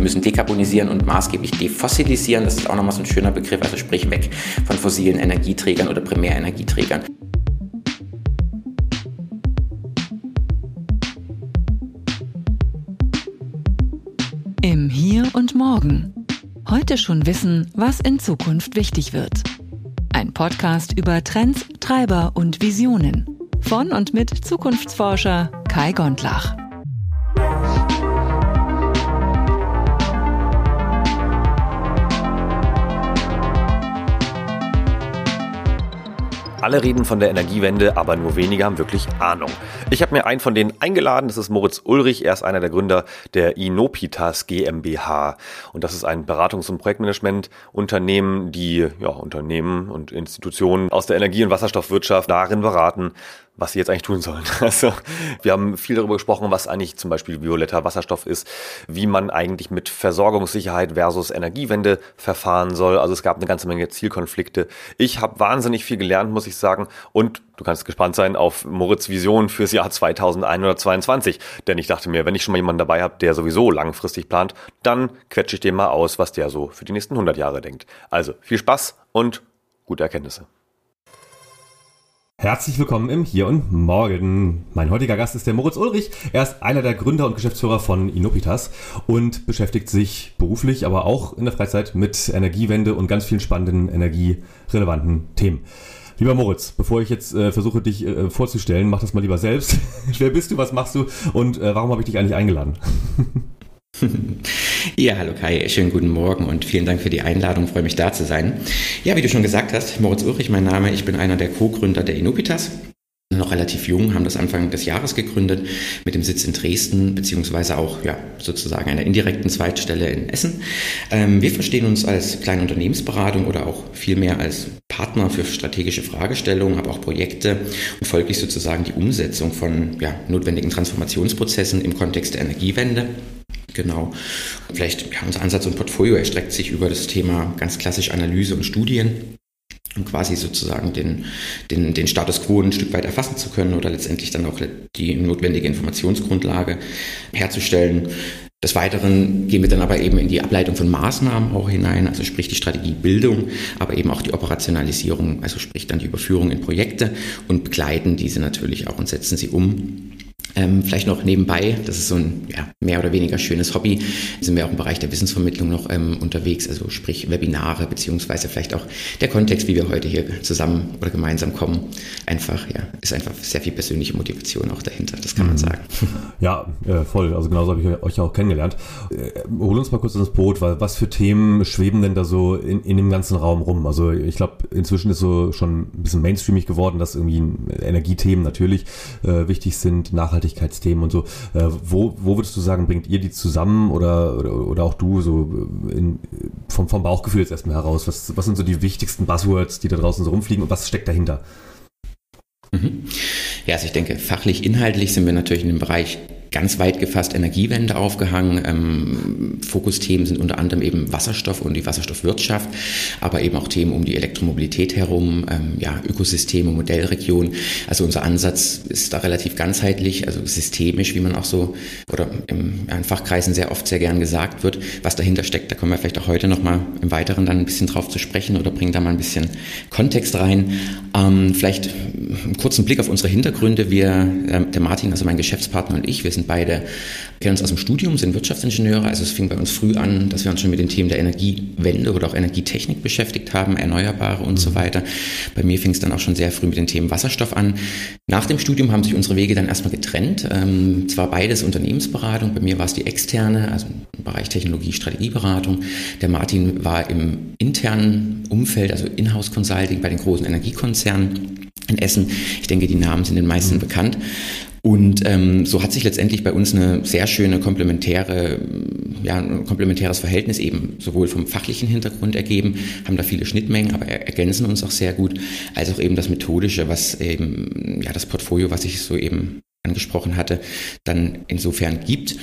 müssen dekarbonisieren und maßgeblich defossilisieren. Das ist auch nochmal so ein schöner Begriff, also sprich weg von fossilen Energieträgern oder Primärenergieträgern. Im Hier und Morgen. Heute schon wissen, was in Zukunft wichtig wird. Ein Podcast über Trends, Treiber und Visionen. Von und mit Zukunftsforscher Kai Gondlach. Alle reden von der Energiewende, aber nur wenige haben wirklich Ahnung. Ich habe mir einen von denen eingeladen, das ist Moritz Ulrich, er ist einer der Gründer der Inopitas GmbH. Und das ist ein Beratungs- und Projektmanagement-Unternehmen, die Unternehmen und Institutionen aus der Energie- und Wasserstoffwirtschaft darin beraten, was sie jetzt eigentlich tun sollen. Also wir haben viel darüber gesprochen, was eigentlich zum Beispiel violetter Wasserstoff ist, wie man eigentlich mit Versorgungssicherheit versus Energiewende verfahren soll. Also es gab eine ganze Menge Zielkonflikte. Ich habe wahnsinnig viel gelernt, muss ich sagen. Und du kannst gespannt sein auf Moritz' Vision fürs Jahr 2122. Denn ich dachte mir, wenn ich schon mal jemanden dabei habe, der sowieso langfristig plant, dann quetsche ich dem mal aus, was der so für die nächsten 100 Jahre denkt. Also viel Spaß und gute Erkenntnisse. Herzlich willkommen im Hier und Morgen. Mein heutiger Gast ist der Moritz Ulrich. Er ist einer der Gründer und Geschäftsführer von Inopitas und beschäftigt sich beruflich, aber auch in der Freizeit mit Energiewende und ganz vielen spannenden energierelevanten Themen. Lieber Moritz, bevor ich jetzt versuche, dich vorzustellen, mach das mal lieber selbst. Wer bist du, was machst du und warum habe ich dich eigentlich eingeladen? Ja, hallo Kai, schönen guten Morgen und vielen Dank für die Einladung, freue mich da zu sein. Ja, wie du schon gesagt hast, Moritz Ulrich, mein Name, ich bin einer der Co-Gründer der Inopitas. Noch relativ jung, haben das Anfang des Jahres gegründet mit dem Sitz in Dresden, beziehungsweise auch sozusagen einer indirekten Zweitstelle in Essen. Wir verstehen uns als kleine Unternehmensberatung oder auch vielmehr als Partner für strategische Fragestellungen, aber auch Projekte und folglich sozusagen die Umsetzung von notwendigen Transformationsprozessen im Kontext der Energiewende. Genau. Vielleicht unser Ansatz und Portfolio erstreckt sich über das Thema ganz klassisch Analyse und Studien, um quasi sozusagen den Status quo ein Stück weit erfassen zu können oder letztendlich dann auch die notwendige Informationsgrundlage herzustellen. Des Weiteren gehen wir dann aber eben in die Ableitung von Maßnahmen auch hinein, also sprich die Strategiebildung, aber eben auch die Operationalisierung, also sprich dann die Überführung in Projekte und begleiten diese natürlich auch und setzen sie um. Vielleicht noch nebenbei, das ist so ein mehr oder weniger schönes Hobby, sind wir auch im Bereich der Wissensvermittlung noch unterwegs, also sprich Webinare beziehungsweise vielleicht auch der Kontext, wie wir heute hier zusammen oder gemeinsam kommen, ist einfach sehr viel persönliche Motivation auch dahinter, das kann man sagen. Ja, voll, also genauso habe ich euch auch kennengelernt. Hol uns mal kurz ins Boot, weil was für Themen schweben denn da so in dem ganzen Raum rum? Also ich glaube, inzwischen ist so schon ein bisschen mainstreamig geworden, dass irgendwie Energiethemen natürlich wichtig sind, Nachhaltigkeitsthemen und so. Wo würdest du sagen, bringt ihr die zusammen oder auch du so vom Bauchgefühl jetzt erstmal heraus? Was sind so die wichtigsten Buzzwords, die da draußen so rumfliegen und was steckt dahinter? Ja, also ich denke, fachlich, inhaltlich sind wir natürlich in dem Bereich ganz weit gefasst Energiewende aufgehangen. Fokusthemen sind unter anderem eben Wasserstoff und die Wasserstoffwirtschaft, aber eben auch Themen um die Elektromobilität herum, Ökosysteme, Modellregionen. Also unser Ansatz ist da relativ ganzheitlich, also systemisch, wie man auch so oder in Fachkreisen sehr oft sehr gern gesagt wird. Was dahinter steckt, da kommen wir vielleicht auch heute nochmal im Weiteren dann ein bisschen drauf zu sprechen oder bringen da mal ein bisschen Kontext rein. Vielleicht einen kurzen Blick auf unsere Hintergründe. Der Martin, also mein Geschäftspartner und ich, wir kennen uns aus dem Studium, sind Wirtschaftsingenieure, also es fing bei uns früh an, dass wir uns schon mit den Themen der Energiewende oder auch Energietechnik beschäftigt haben, Erneuerbare und so weiter. Bei mir fing es dann auch schon sehr früh mit den Themen Wasserstoff an. Nach dem Studium haben sich unsere Wege dann erstmal getrennt. Zwar beides Unternehmensberatung, bei mir war es die externe, also im Bereich Technologie, Strategieberatung. Der Martin war im internen Umfeld, also Inhouse Consulting bei den großen Energiekonzernen in Essen. Ich denke, die Namen sind den meisten bekannt. Und so hat sich letztendlich bei uns eine sehr schöne ein komplementäres Verhältnis eben sowohl vom fachlichen Hintergrund ergeben, haben da viele Schnittmengen, aber ergänzen uns auch sehr gut, als auch eben das Methodische, was eben das Portfolio, was ich so eben angesprochen hatte, dann insofern gibt.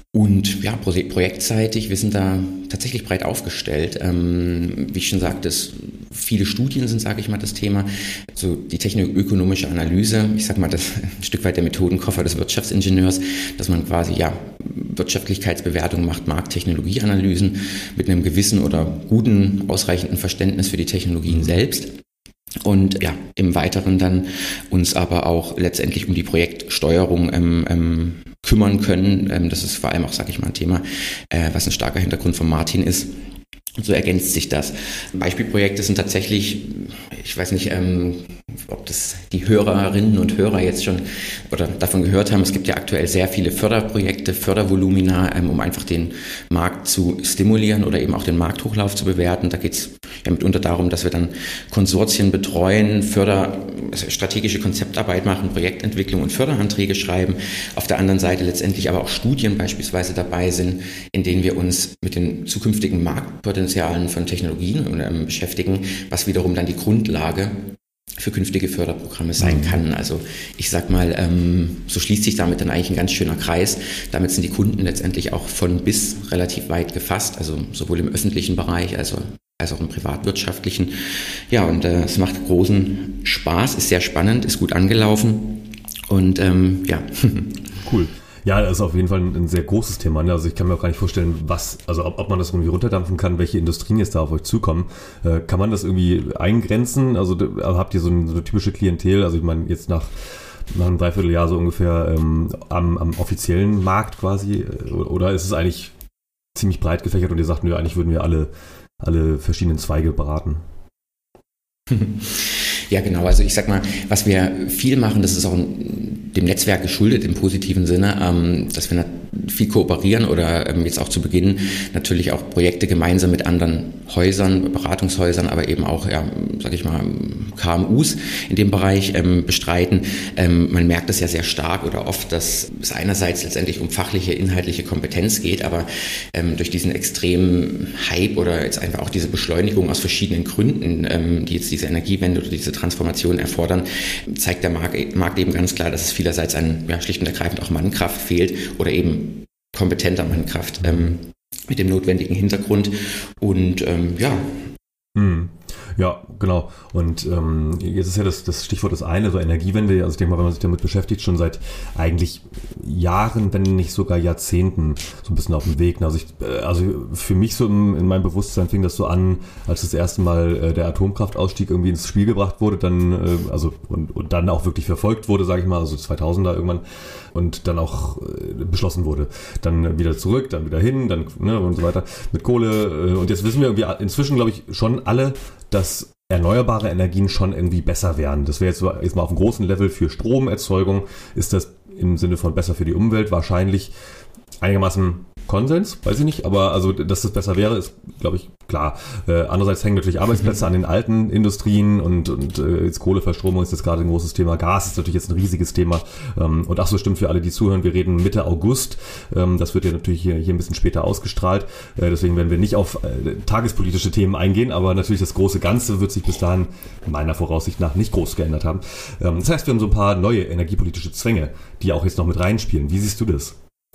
Und ja, projektseitig, wir sind da tatsächlich breit aufgestellt. Wie ich schon sagte, viele Studien sind, sage ich mal, das Thema. Also die technoökonomische Analyse, ich sage mal, das ein Stück weit der Methodenkoffer des Wirtschaftsingenieurs, dass man quasi Wirtschaftlichkeitsbewertung macht, Markttechnologieanalysen mit einem gewissen oder guten, ausreichenden Verständnis für die Technologien selbst. Und ja, im Weiteren dann uns aber auch letztendlich um die Projektsteuerung kümmern können. Das ist vor allem auch, sage ich mal, ein Thema, was ein starker Hintergrund von Martin ist. Und so ergänzt sich das. Beispielprojekte sind tatsächlich, ich weiß nicht, ob das die Hörerinnen und Hörer jetzt schon oder davon gehört haben. Es gibt ja aktuell sehr viele Förderprojekte, Fördervolumina, um einfach den Markt zu stimulieren oder eben auch den Markthochlauf zu bewerten. Da geht es ja mitunter darum, dass wir dann Konsortien betreuen, strategische Konzeptarbeit machen, Projektentwicklung und Förderanträge schreiben. Auf der anderen Seite letztendlich aber auch Studien beispielsweise dabei sind, in denen wir uns mit den zukünftigen Marktpotenzialen von Technologien beschäftigen, was wiederum dann die Grundlage für künftige Förderprogramme sein kann. Also ich sag mal, so schließt sich damit dann eigentlich ein ganz schöner Kreis. Damit sind die Kunden letztendlich auch von bis relativ weit gefasst, also sowohl im öffentlichen Bereich als auch im privatwirtschaftlichen. Ja, und es macht großen Spaß, ist sehr spannend, ist gut angelaufen und ja. Cool. Ja, das ist auf jeden Fall ein sehr großes Thema. Also ich kann mir auch gar nicht vorstellen, ob man das irgendwie runterdampfen kann, welche Industrien jetzt da auf euch zukommen. Kann man das irgendwie eingrenzen? Also habt ihr so eine typische Klientel? Also ich meine, jetzt nach einem Dreivierteljahr so ungefähr am offiziellen Markt quasi? Oder ist es eigentlich ziemlich breit gefächert und ihr sagt, nö, eigentlich würden wir alle verschiedenen Zweige beraten? Ja, genau. Also ich sag mal, was wir viel machen, das ist auch dem Netzwerk geschuldet im positiven Sinne, dass wir viel kooperieren oder jetzt auch zu Beginn natürlich auch Projekte gemeinsam mit anderen Häusern, Beratungshäusern, aber eben auch, ja, sag ich mal, KMUs in dem Bereich bestreiten. Man merkt es ja sehr stark oder oft, dass es einerseits letztendlich um fachliche, inhaltliche Kompetenz geht, aber durch diesen extremen Hype oder jetzt einfach auch diese Beschleunigung aus verschiedenen Gründen, die jetzt diese Energiewende oder diese Transformation erfordern, zeigt der Markt eben ganz klar, dass es vielerseits an schlicht und ergreifend auch Mannkraft fehlt oder eben kompetenter Mannkraft mit dem notwendigen Hintergrund und ja. Ja, genau. Und jetzt ist ja das Stichwort das eine, so Energiewende. Also ich denke mal, wenn man sich damit beschäftigt, schon seit eigentlich Jahren, wenn nicht sogar Jahrzehnten, so ein bisschen auf dem Weg. Also für mich so in meinem Bewusstsein fing das so an, als das erste Mal der Atomkraftausstieg irgendwie ins Spiel gebracht wurde, dann und dann auch wirklich verfolgt wurde, sage ich mal, also 2000er irgendwann und dann auch beschlossen wurde. Dann wieder zurück, dann wieder hin, dann und so weiter mit Kohle. Und jetzt wissen wir irgendwie inzwischen, glaube ich, schon alle, dass erneuerbare Energien schon irgendwie besser wären. Das wäre jetzt mal auf einem großen Level für Stromerzeugung, ist das im Sinne von besser für die Umwelt wahrscheinlich einigermaßen Konsens, weiß ich nicht, aber also, dass das besser wäre, ist, glaube ich, klar. Andererseits hängen natürlich Arbeitsplätze an den alten Industrien und jetzt Kohleverstromung ist jetzt gerade ein großes Thema. Gas ist natürlich jetzt ein riesiges Thema. Und ach so, stimmt für alle, die zuhören, wir reden Mitte August. Das wird ja natürlich hier ein bisschen später ausgestrahlt. Deswegen werden wir nicht auf tagespolitische Themen eingehen, aber natürlich das große Ganze wird sich bis dahin meiner Voraussicht nach nicht groß geändert haben. Das heißt, wir haben so ein paar neue energiepolitische Zwänge, die auch jetzt noch mit reinspielen. Wie siehst du das?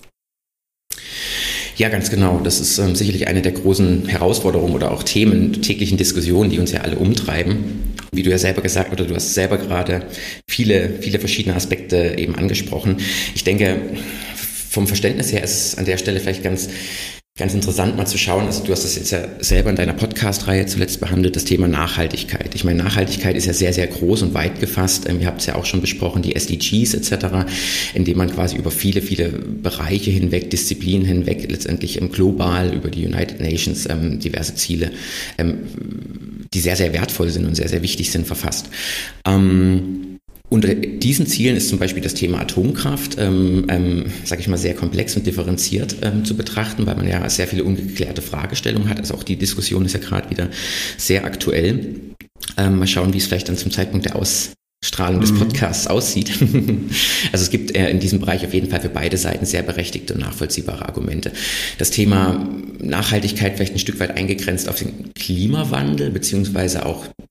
Ja, ganz genau. Das ist sicherlich eine der großen Herausforderungen oder auch Themen, täglichen Diskussionen, die uns ja alle umtreiben. Wie du ja selber gesagt oder du hast selber gerade viele verschiedene Aspekte eben angesprochen. Ich denke, vom Verständnis her ist es an der Stelle vielleicht ganz interessant mal zu schauen, also du hast das jetzt ja selber in deiner Podcast-Reihe zuletzt behandelt, das Thema Nachhaltigkeit. Ich meine, Nachhaltigkeit ist ja sehr, sehr groß und weit gefasst. Ihr habt es ja auch schon besprochen, die SDGs etc., indem man quasi über viele, viele Bereiche hinweg, Disziplinen hinweg, letztendlich global über die United Nations diverse Ziele, die sehr, sehr wertvoll sind und sehr, sehr wichtig sind, verfasst. Unter diesen Zielen ist zum Beispiel das Thema Atomkraft, sage ich mal, sehr komplex und differenziert zu betrachten, weil man ja sehr viele ungeklärte Fragestellungen hat. Also auch die Diskussion ist ja gerade wieder sehr aktuell. Mal schauen, wie es vielleicht dann zum Zeitpunkt der Ausstrahlung des Podcasts aussieht. Also es gibt in diesem Bereich auf jeden Fall für beide Seiten sehr berechtigte und nachvollziehbare Argumente. Das Thema Nachhaltigkeit vielleicht ein Stück weit eingegrenzt auf den Klimawandel, beziehungsweise auch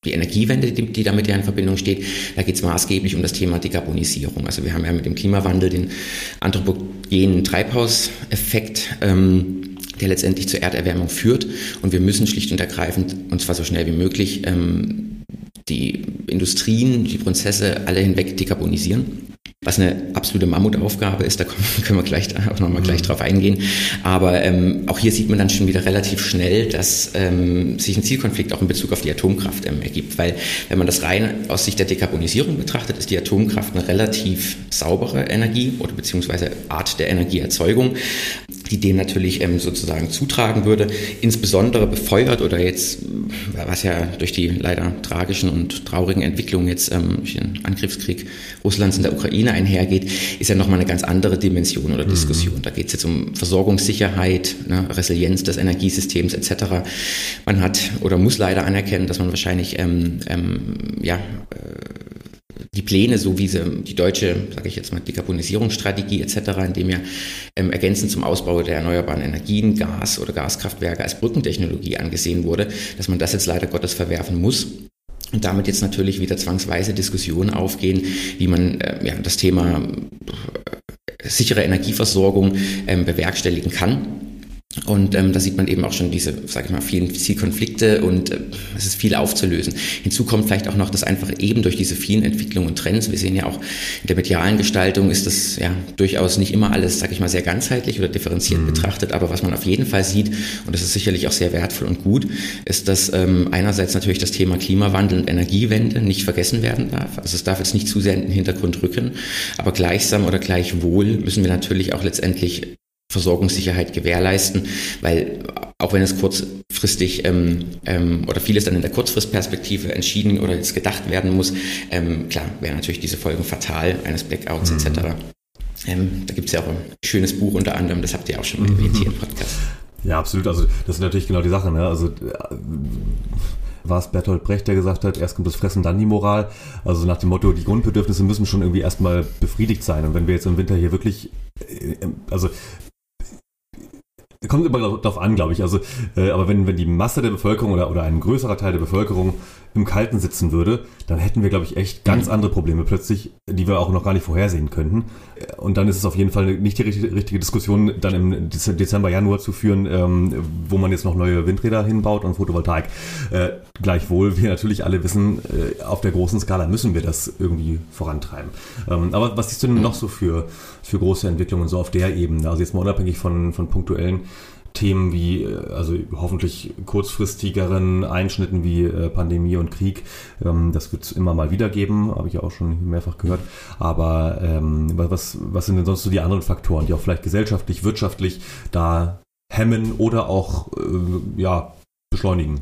die Energiewende, die damit ja in Verbindung steht, da geht es maßgeblich um das Thema Dekarbonisierung. Also wir haben ja mit dem Klimawandel den anthropogenen Treibhauseffekt, der letztendlich zur Erderwärmung führt. Und wir müssen schlicht und ergreifend, und zwar so schnell wie möglich, die Industrien, die Prozesse alle hinweg dekarbonisieren. Was eine absolute Mammutaufgabe ist, da können wir gleich auch nochmal gleich drauf eingehen. Aber auch hier sieht man dann schon wieder relativ schnell, dass sich ein Zielkonflikt auch in Bezug auf die Atomkraft ergibt. Weil wenn man das rein aus Sicht der Dekarbonisierung betrachtet, ist die Atomkraft eine relativ saubere Energie oder beziehungsweise Art der Energieerzeugung, die dem natürlich sozusagen zutragen würde. Insbesondere befeuert oder jetzt, was ja durch die leider tragischen und traurigen Entwicklungen jetzt durch den Angriffskrieg Russlands in der Ukraine einhergeht, ist ja nochmal eine ganz andere Dimension oder Diskussion. Da geht es jetzt um Versorgungssicherheit, Resilienz des Energiesystems etc. Man hat oder muss leider anerkennen, dass man wahrscheinlich die Pläne, so wie sie die deutsche, sage ich jetzt mal, Dekarbonisierungsstrategie etc., in dem ja ergänzend zum Ausbau der erneuerbaren Energien Gas oder Gaskraftwerke als Brückentechnologie angesehen wurde, dass man das jetzt leider Gottes verwerfen muss. Und damit jetzt natürlich wieder zwangsweise Diskussionen aufgehen, wie man das Thema sichere Energieversorgung bewerkstelligen kann. Und da sieht man eben auch schon diese, sage ich mal, vielen Zielkonflikte und es ist viel aufzulösen. Hinzu kommt vielleicht auch noch, dass einfach eben durch diese vielen Entwicklungen und Trends, wir sehen ja auch in der medialen Gestaltung ist das ja durchaus nicht immer alles, sage ich mal, sehr ganzheitlich oder differenziert betrachtet, aber was man auf jeden Fall sieht, und das ist sicherlich auch sehr wertvoll und gut, ist, dass einerseits natürlich das Thema Klimawandel und Energiewende nicht vergessen werden darf. Also es darf jetzt nicht zu sehr in den Hintergrund rücken, aber gleichsam oder gleichwohl müssen wir natürlich auch letztendlich Versorgungssicherheit gewährleisten, weil auch wenn es kurzfristig oder vieles dann in der Kurzfristperspektive entschieden oder jetzt gedacht werden muss, klar, wären natürlich diese Folgen fatal eines Blackouts etc. Da gibt es ja auch ein schönes Buch unter anderem, das habt ihr auch schon mal erwähnt hier im Podcast. Ja, absolut, also das ist natürlich genau die Sache, ne? Also war es Bertolt Brecht, der gesagt hat, erst kommt das Fressen, dann die Moral. Also nach dem Motto, die Grundbedürfnisse müssen schon irgendwie erstmal befriedigt sein. Und wenn wir jetzt im Winter hier wirklich, kommt immer darauf an, glaube ich. Also, aber wenn die Masse der Bevölkerung oder ein größerer Teil der Bevölkerung im Kalten sitzen würde, dann hätten wir, glaube ich, echt ganz andere Probleme plötzlich, die wir auch noch gar nicht vorhersehen könnten. Und dann ist es auf jeden Fall nicht die richtige Diskussion, dann im Dezember, Januar zu führen, wo man jetzt noch neue Windräder hinbaut und Photovoltaik. Gleichwohl wir natürlich alle wissen, auf der großen Skala müssen wir das irgendwie vorantreiben. Aber was siehst du denn noch so für große Entwicklungen so auf der Ebene? Also jetzt mal unabhängig von punktuellen Themen wie, also hoffentlich kurzfristigeren Einschnitten wie Pandemie und Krieg, das wird es immer mal wieder geben, habe ich ja auch schon mehrfach gehört. Aber was sind denn sonst so die anderen Faktoren, die auch vielleicht gesellschaftlich, wirtschaftlich da hemmen oder auch beschleunigen?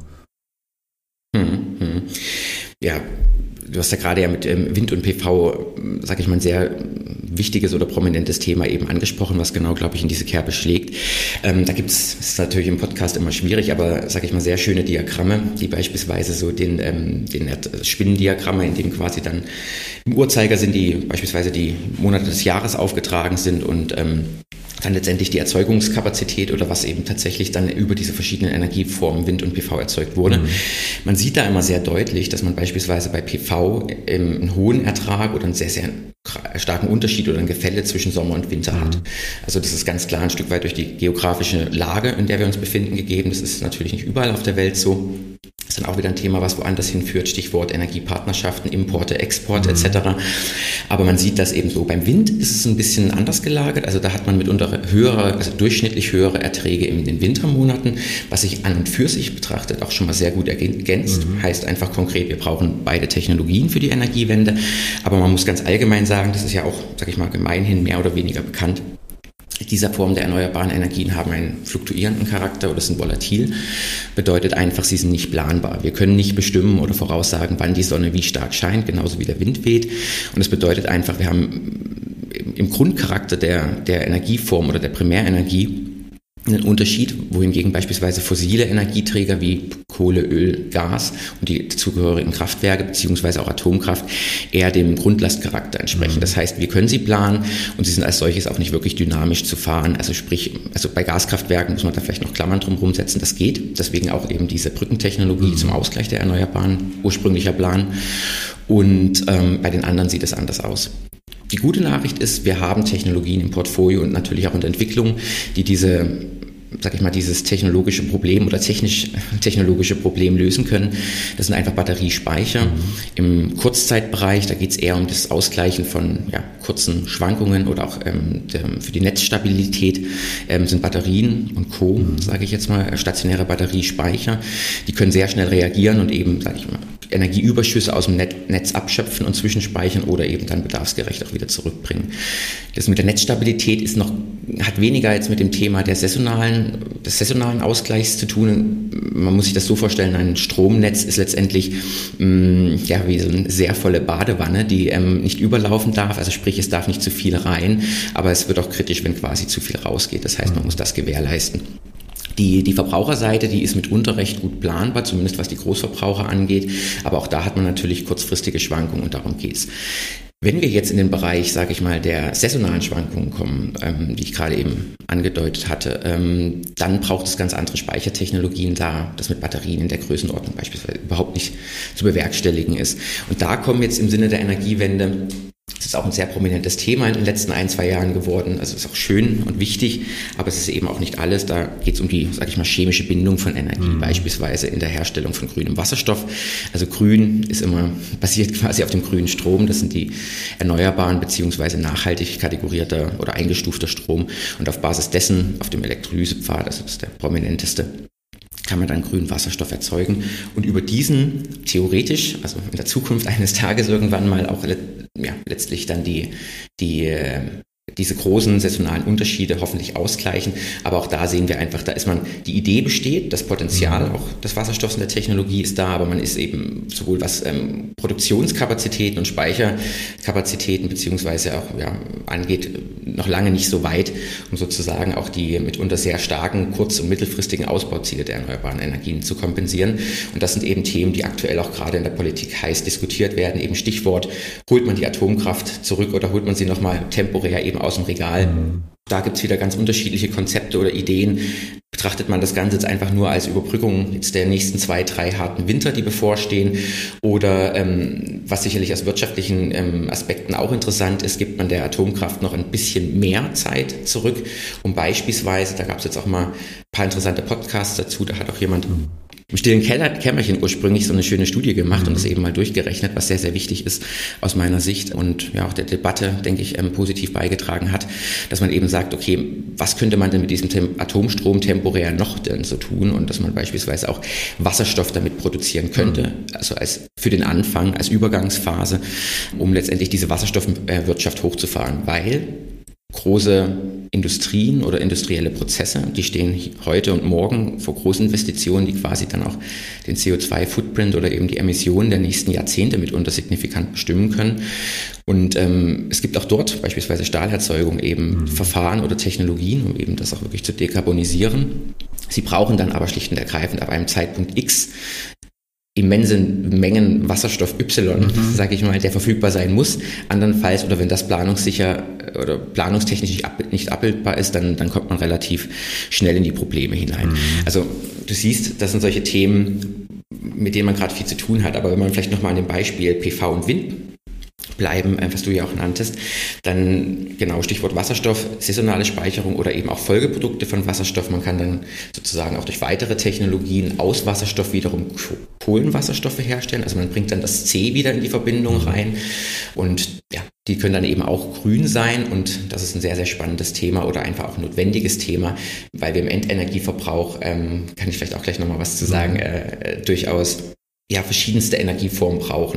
Ja, du hast ja gerade ja mit Wind und PV, sage ich mal, ein sehr wichtiges oder prominentes Thema eben angesprochen, was genau, glaube ich, in diese Kerbe schlägt. Da gibt's, ist natürlich im Podcast immer schwierig, aber, sage ich mal, sehr schöne Diagramme, die beispielsweise so den Spinnendiagramme, in dem quasi dann im Uhrzeiger sind, die beispielsweise die Monate des Jahres aufgetragen sind und dann letztendlich die Erzeugungskapazität oder was eben tatsächlich dann über diese verschiedenen Energieformen Wind und PV erzeugt wurde. Man sieht da immer sehr deutlich, dass man beispielsweise bei PV einen hohen Ertrag oder einen sehr, sehr starken Unterschied oder ein Gefälle zwischen Sommer und Winter hat. Also das ist ganz klar ein Stück weit durch die geografische Lage, in der wir uns befinden, gegeben. Das ist natürlich nicht überall auf der Welt so. Das ist dann auch wieder ein Thema, was woanders hinführt, Stichwort Energiepartnerschaften, Importe, Export etc. Aber man sieht das eben so. Beim Wind ist es ein bisschen anders gelagert, also da hat man mitunter durchschnittlich höhere Erträge in den Wintermonaten, was sich an und für sich betrachtet auch schon mal sehr gut ergänzt. Heißt einfach konkret, wir brauchen beide Technologien für die Energiewende, aber man muss ganz allgemein sagen, das ist ja auch, sage ich mal, gemeinhin mehr oder weniger bekannt, diese Formen der erneuerbaren Energien haben einen fluktuierenden Charakter oder sind volatil. Bedeutet einfach, sie sind nicht planbar. Wir können nicht bestimmen oder voraussagen, wann die Sonne wie stark scheint, genauso wie der Wind weht. Und es bedeutet einfach, wir haben im Grundcharakter der Energieform oder der Primärenergie einen Unterschied, wohingegen beispielsweise fossile Energieträger wie Kohle, Öl, Gas und die zugehörigen Kraftwerke beziehungsweise auch Atomkraft eher dem Grundlastcharakter entsprechen. Das heißt, wir können sie planen und sie sind als solches auch nicht wirklich dynamisch zu fahren. Also bei Gaskraftwerken muss man da vielleicht noch Klammern drumherum setzen, das geht. Deswegen auch eben diese Brückentechnologie zum Ausgleich der Erneuerbaren, ursprünglicher Plan. Und bei den anderen sieht es anders aus. Die gute Nachricht ist, wir haben Technologien im Portfolio und natürlich auch in der Entwicklung, die dieses technologische Problem oder technologische Problem lösen können. Das sind einfach Batteriespeicher. Im Kurzzeitbereich, da geht es eher um das Ausgleichen von kurzen Schwankungen oder auch für die Netzstabilität sind Batterien und Co., sage ich jetzt mal, stationäre Batteriespeicher. Die können sehr schnell reagieren und eben, Energieüberschüsse aus dem Netz abschöpfen und zwischenspeichern oder eben dann bedarfsgerecht auch wieder zurückbringen. Das mit der Netzstabilität hat weniger jetzt mit dem Thema des saisonalen Ausgleichs zu tun. Man muss sich das so vorstellen, ein Stromnetz ist letztendlich wie so eine sehr volle Badewanne, die nicht überlaufen darf, also sprich, es darf nicht zu viel rein, aber es wird auch kritisch, wenn quasi zu viel rausgeht. Das heißt, man muss das gewährleisten. Die Verbraucherseite, die ist mitunter recht gut planbar, zumindest was die Großverbraucher angeht, aber auch da hat man natürlich kurzfristige Schwankungen und darum geht's. Wenn wir jetzt in den Bereich, der saisonalen Schwankungen kommen, die ich gerade eben angedeutet hatte, dann braucht es ganz andere Speichertechnologien da, das mit Batterien in der Größenordnung beispielsweise überhaupt nicht zu bewerkstelligen ist. Und da kommen jetzt im Sinne der Energiewende, das ist auch ein sehr prominentes Thema in den letzten 1-2 Jahren geworden. Also es ist auch schön und wichtig, aber es ist eben auch nicht alles. Da geht es um die, chemische Bindung von Energie, beispielsweise in der Herstellung von grünem Wasserstoff. Also grün basiert quasi auf dem grünen Strom. Das sind die erneuerbaren beziehungsweise nachhaltig kategorierter oder eingestufter Strom. Und auf Basis dessen, auf dem Elektrolysepfad, also das ist der prominenteste, kann man dann grünen Wasserstoff erzeugen und über diesen theoretisch, also in der Zukunft eines Tages irgendwann mal auch letztlich dann diese großen saisonalen Unterschiede hoffentlich ausgleichen. Aber auch da sehen wir einfach, die Idee besteht, das Potenzial auch des Wasserstoffs in der Technologie ist da, aber man ist eben sowohl was Produktionskapazitäten und Speicherkapazitäten beziehungsweise auch angeht, noch lange nicht so weit, um sozusagen auch die mitunter sehr starken kurz- und mittelfristigen Ausbauziele der erneuerbaren Energien zu kompensieren. Und das sind eben Themen, die aktuell auch gerade in der Politik heiß diskutiert werden. Eben Stichwort, holt man die Atomkraft zurück oder holt man sie nochmal temporär eben aus dem Regal. Da gibt es wieder ganz unterschiedliche Konzepte oder Ideen. Betrachtet man das Ganze jetzt einfach nur als Überbrückung jetzt der nächsten 2-3 harten Winter, die bevorstehen, oder was sicherlich aus wirtschaftlichen Aspekten auch interessant ist, gibt man der Atomkraft noch ein bisschen mehr Zeit zurück, um beispielsweise, da gab es jetzt auch mal ein paar interessante Podcasts dazu, da hat auch jemand im stillen Kämmerchen ursprünglich so eine schöne Studie gemacht und das eben mal durchgerechnet, was sehr, sehr wichtig ist aus meiner Sicht und auch der Debatte, denke ich, positiv beigetragen hat, dass man eben sagt, okay, was könnte man denn mit diesem Atomstrom temporär noch denn so tun und dass man beispielsweise auch Wasserstoff damit produzieren könnte, also für den Anfang, als Übergangsphase, um letztendlich diese Wasserstoffwirtschaft hochzufahren, weil große Industrien oder industrielle Prozesse, die stehen heute und morgen vor großen Investitionen, die quasi dann auch den CO2-Footprint oder eben die Emissionen der nächsten Jahrzehnte mitunter signifikant bestimmen können. Und es gibt auch dort beispielsweise Stahlerzeugung eben Verfahren oder Technologien, um eben das auch wirklich zu dekarbonisieren. Sie brauchen dann aber schlicht und ergreifend ab einem Zeitpunkt X immense Mengen Wasserstoff Y, sage ich mal, der verfügbar sein muss. Andernfalls, oder wenn das planungssicher oder planungstechnisch nicht abbildbar ist, dann kommt man relativ schnell in die Probleme hinein. Also du siehst, das sind solche Themen, mit denen man gerade viel zu tun hat. Aber wenn man vielleicht nochmal an dem Beispiel PV und Wind bleiben, was du ja auch nanntest, dann genau Stichwort Wasserstoff, saisonale Speicherung oder eben auch Folgeprodukte von Wasserstoff. Man kann dann sozusagen auch durch weitere Technologien aus Wasserstoff wiederum Kohlenwasserstoffe herstellen. Also man bringt dann das C wieder in die Verbindung rein und die können dann eben auch grün sein und das ist ein sehr, sehr spannendes Thema oder einfach auch ein notwendiges Thema, weil wir im Endenergieverbrauch, kann ich vielleicht auch gleich nochmal was zu sagen, durchaus verschiedenste Energieformen brauchen.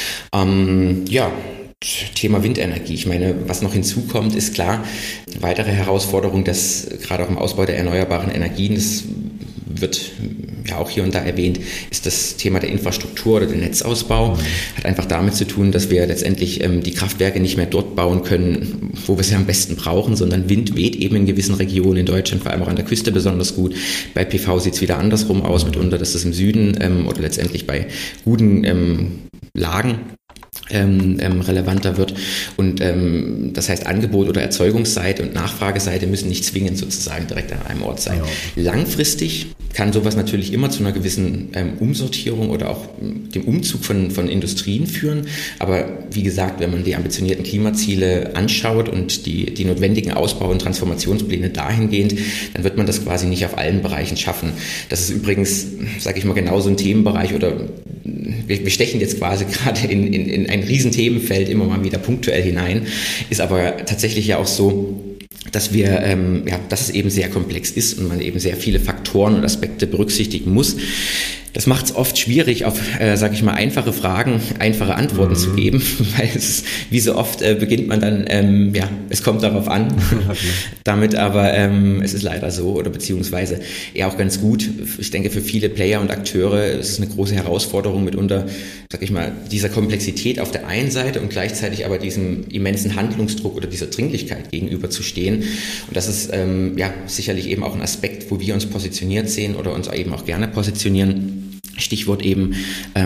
Thema Windenergie. Ich meine, was noch hinzukommt, ist klar, weitere Herausforderung, dass gerade auch im Ausbau der erneuerbaren Energien, das wird ja auch hier und da erwähnt, ist das Thema der Infrastruktur oder der Netzausbau. Hat einfach damit zu tun, dass wir letztendlich die Kraftwerke nicht mehr dort bauen können, wo wir sie am besten brauchen, sondern Wind weht eben in gewissen Regionen in Deutschland, vor allem auch an der Küste besonders gut. Bei PV sieht es wieder andersrum aus, mitunter, dass es im Süden oder letztendlich bei guten Lagen relevanter wird. Und das heißt, Angebot oder Erzeugungsseite und Nachfrageseite müssen nicht zwingend sozusagen direkt an einem Ort sein. Ja. Langfristig kann sowas natürlich immer zu einer gewissen Umsortierung oder auch dem Umzug von Industrien führen. Aber wie gesagt, wenn man die ambitionierten Klimaziele anschaut und die notwendigen Ausbau- und Transformationspläne dahingehend, dann wird man das quasi nicht auf allen Bereichen schaffen. Das ist übrigens, sage ich mal, genauso ein Themenbereich oder wir stechen jetzt quasi gerade in ein Riesenthemenfeld immer mal wieder punktuell hinein, ist aber tatsächlich ja auch so, dass dass es eben sehr komplex ist und man eben sehr viele Faktoren und Aspekte berücksichtigen muss. Das macht es oft schwierig, auf, sage ich mal, einfache Fragen, einfache Antworten zu geben, weil es wie so oft beginnt man dann, es kommt darauf an, damit aber es ist leider so oder beziehungsweise eher auch ganz gut. Ich denke, für viele Player und Akteure ist es eine große Herausforderung mitunter, sage ich mal, dieser Komplexität auf der einen Seite und gleichzeitig aber diesem immensen Handlungsdruck oder dieser Dringlichkeit gegenüberzustehen. Und das ist sicherlich eben auch ein Aspekt, wo wir uns positioniert sehen oder uns eben auch gerne positionieren. Stichwort eben,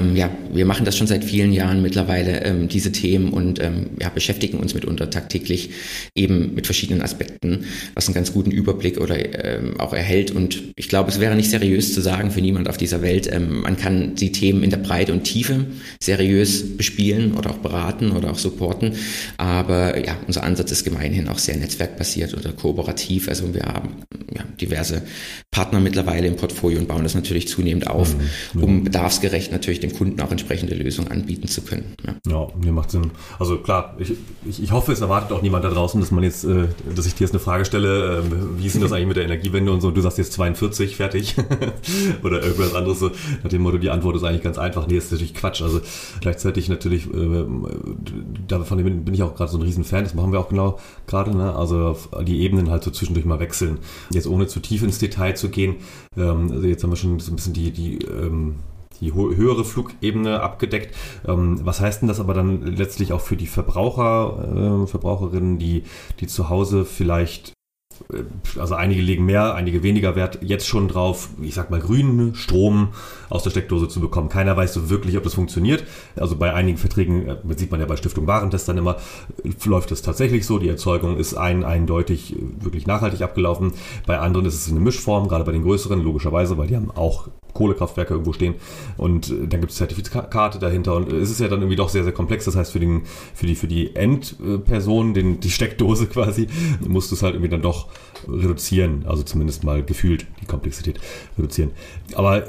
wir machen das schon seit vielen Jahren mittlerweile, diese Themen und beschäftigen uns mitunter tagtäglich eben mit verschiedenen Aspekten, was einen ganz guten Überblick oder auch erhält. Und ich glaube, es wäre nicht seriös zu sagen für niemand auf dieser Welt, man kann die Themen in der Breite und Tiefe seriös bespielen oder auch beraten oder auch supporten. Aber unser Ansatz ist gemeinhin auch sehr netzwerkbasiert oder kooperativ. Also wir haben diverse Partner mittlerweile im Portfolio und bauen das natürlich zunehmend auf, um bedarfsgerecht natürlich dem Kunden auch entsprechende Lösungen anbieten zu können. Ja, mir macht Sinn. Also klar, ich hoffe, es erwartet auch niemand da draußen, dass dass ich dir jetzt eine Frage stelle, wie ist denn das eigentlich mit der Energiewende und so, du sagst jetzt 42, fertig oder irgendwas anderes so, nach dem Motto, die Antwort ist eigentlich ganz einfach. Nee, ist natürlich Quatsch. Also gleichzeitig natürlich, von dem bin ich auch gerade so ein Riesenfan, das machen wir auch genau gerade, ne? Also die Ebenen halt so zwischendurch mal wechseln. Jetzt ohne zu tief ins Detail zu gehen, also jetzt haben wir schon so ein bisschen die höhere Flugebene abgedeckt. Was heißt denn das aber dann letztlich auch für die Verbraucherinnen, die zu Hause vielleicht, also einige legen mehr, einige weniger Wert jetzt schon drauf, ich sag mal, grünen Strom aus der Steckdose zu bekommen. Keiner weiß so wirklich, ob das funktioniert. Also bei einigen Verträgen, das sieht man ja bei Stiftung Warentest dann immer, läuft es tatsächlich so. Die Erzeugung ist eindeutig wirklich nachhaltig abgelaufen. Bei anderen ist es eine Mischform, gerade bei den größeren, logischerweise, weil die haben auch Kohlekraftwerke irgendwo stehen und dann gibt es Zertifikate dahinter und es ist ja dann irgendwie doch sehr, sehr komplex. Das heißt, für die Endperson, die Steckdose quasi, musst du es halt irgendwie dann doch reduzieren, also zumindest mal gefühlt die Komplexität reduzieren. Aber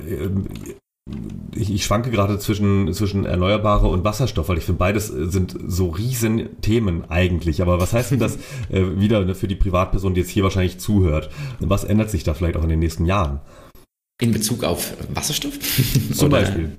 ich schwanke gerade zwischen Erneuerbare und Wasserstoff, weil ich finde, beides sind so riesen Themen eigentlich. Aber was heißt denn das wieder für die Privatperson, die jetzt hier wahrscheinlich zuhört? Was ändert sich da vielleicht auch in den nächsten Jahren? In Bezug auf Wasserstoff? Zum Beispiel.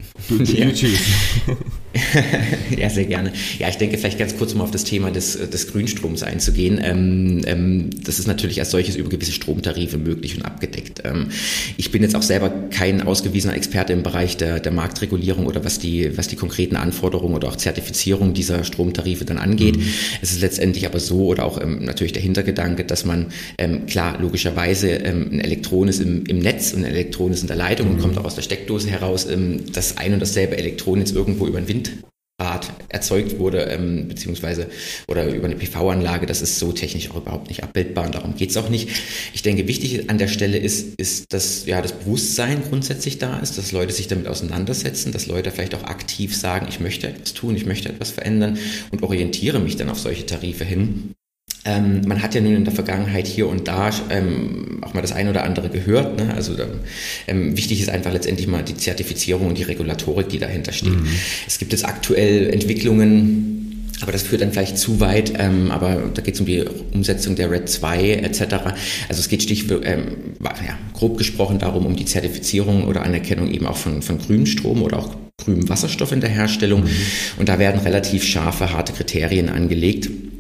Ja, sehr gerne. Ja, ich denke vielleicht ganz kurz, um auf das Thema des Grünstroms einzugehen. Das ist natürlich als solches über gewisse Stromtarife möglich und abgedeckt. Ich bin jetzt auch selber kein ausgewiesener Experte im Bereich der Marktregulierung oder was die konkreten Anforderungen oder auch Zertifizierung dieser Stromtarife dann angeht. Es ist letztendlich aber so oder auch natürlich der Hintergedanke, dass man klar, logischerweise ein Elektron ist im Netz und ein Elektron ist in der Leitung und kommt auch aus der Steckdose heraus. Das ein und dasselbe Elektron jetzt irgendwo über ein Windrad erzeugt wurde, beziehungsweise oder über eine PV-Anlage, das ist so technisch auch überhaupt nicht abbildbar und darum geht es auch nicht. Ich denke, wichtig an der Stelle ist, dass das Bewusstsein grundsätzlich da ist, dass Leute sich damit auseinandersetzen, dass Leute vielleicht auch aktiv sagen, ich möchte etwas tun, ich möchte etwas verändern und orientiere mich dann auf solche Tarife hin. Man hat ja nun in der Vergangenheit hier und da auch mal das ein oder andere gehört. Ne? Also wichtig ist einfach letztendlich mal die Zertifizierung und die Regulatorik, die dahinter steht. Es gibt jetzt aktuell Entwicklungen, aber das führt dann vielleicht zu weit, aber da geht es um die Umsetzung der RED 2 etc. Also es geht grob gesprochen darum, um die Zertifizierung oder Anerkennung eben auch von grünem Strom oder auch grünem Wasserstoff in der Herstellung. Und da werden relativ scharfe, harte Kriterien angelegt.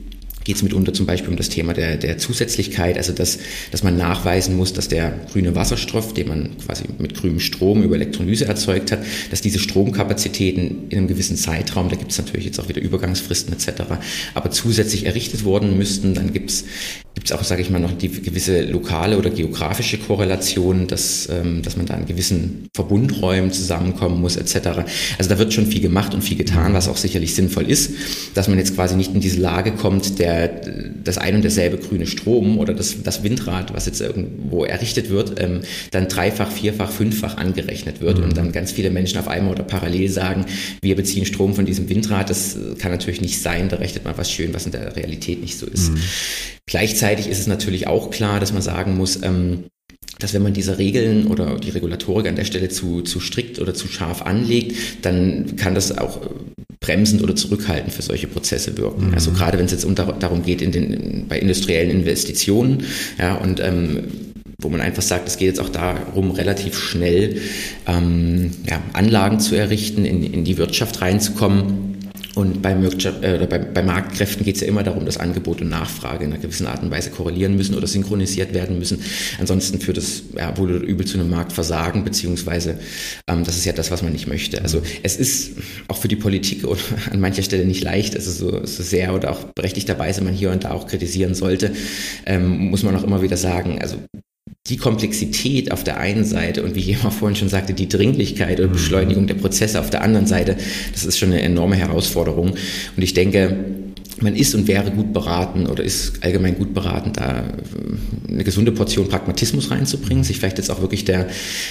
geht es mitunter zum Beispiel um das Thema der Zusätzlichkeit, also dass man nachweisen muss, dass der grüne Wasserstoff, den man quasi mit grünem Strom über Elektrolyse erzeugt hat, dass diese Stromkapazitäten in einem gewissen Zeitraum, da gibt es natürlich jetzt auch wieder Übergangsfristen etc., aber zusätzlich errichtet worden müssten. Dann gibt es auch, sage ich mal, noch die gewisse lokale oder geografische Korrelation, dass man da in gewissen Verbundräumen zusammenkommen muss etc. Also da wird schon viel gemacht und viel getan, was auch sicherlich sinnvoll ist, dass man jetzt quasi nicht in diese Lage kommt, das ein und derselbe grüne Strom oder das Windrad, was jetzt irgendwo errichtet wird, dann 3-fach, 4-fach, 5-fach angerechnet wird und dann ganz viele Menschen auf einmal oder parallel sagen, wir beziehen Strom von diesem Windrad. Das kann natürlich nicht sein, da rechnet man was schön, was in der Realität nicht so ist. Gleichzeitig ist es natürlich auch klar, dass man sagen muss, dass wenn man diese Regeln oder die Regulatorik an der Stelle zu strikt oder zu scharf anlegt, dann kann das auch bremsend oder zurückhaltend für solche Prozesse wirken. Also gerade wenn es jetzt darum geht bei industriellen Investitionen, ja, und wo man einfach sagt, es geht jetzt auch darum, relativ schnell Anlagen zu errichten, in die Wirtschaft reinzukommen. Und bei Marktkräften geht es ja immer darum, dass Angebot und Nachfrage in einer gewissen Art und Weise korrelieren müssen oder synchronisiert werden müssen. Ansonsten führt es wohl oder übel zu einem Marktversagen, beziehungsweise das ist ja das, was man nicht möchte. Also es ist auch für die Politik oder an mancher Stelle nicht leicht, also so sehr oder auch berechtigterweise man hier und da auch kritisieren sollte, muss man auch immer wieder sagen, also die Komplexität auf der einen Seite und wie jemand vorhin schon sagte, die Dringlichkeit oder Beschleunigung der Prozesse auf der anderen Seite, das ist schon eine enorme Herausforderung. Und ich denke, man ist und wäre gut beraten oder ist allgemein gut beraten, da eine gesunde Portion Pragmatismus reinzubringen, sich vielleicht jetzt auch wirklich der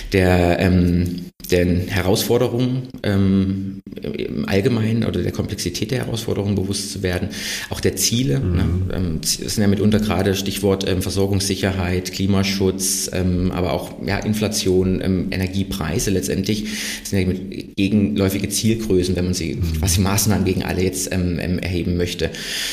Herausforderungen im Allgemeinen oder der Komplexität der Herausforderungen bewusst zu werden, auch der Ziele. Das sind ja mitunter gerade Stichwort Versorgungssicherheit, Klimaschutz, aber auch Inflation, Energiepreise letztendlich. Das sind ja gegenläufige Zielgrößen, wenn man sie quasi Maßnahmen gegen alle jetzt erheben möchte.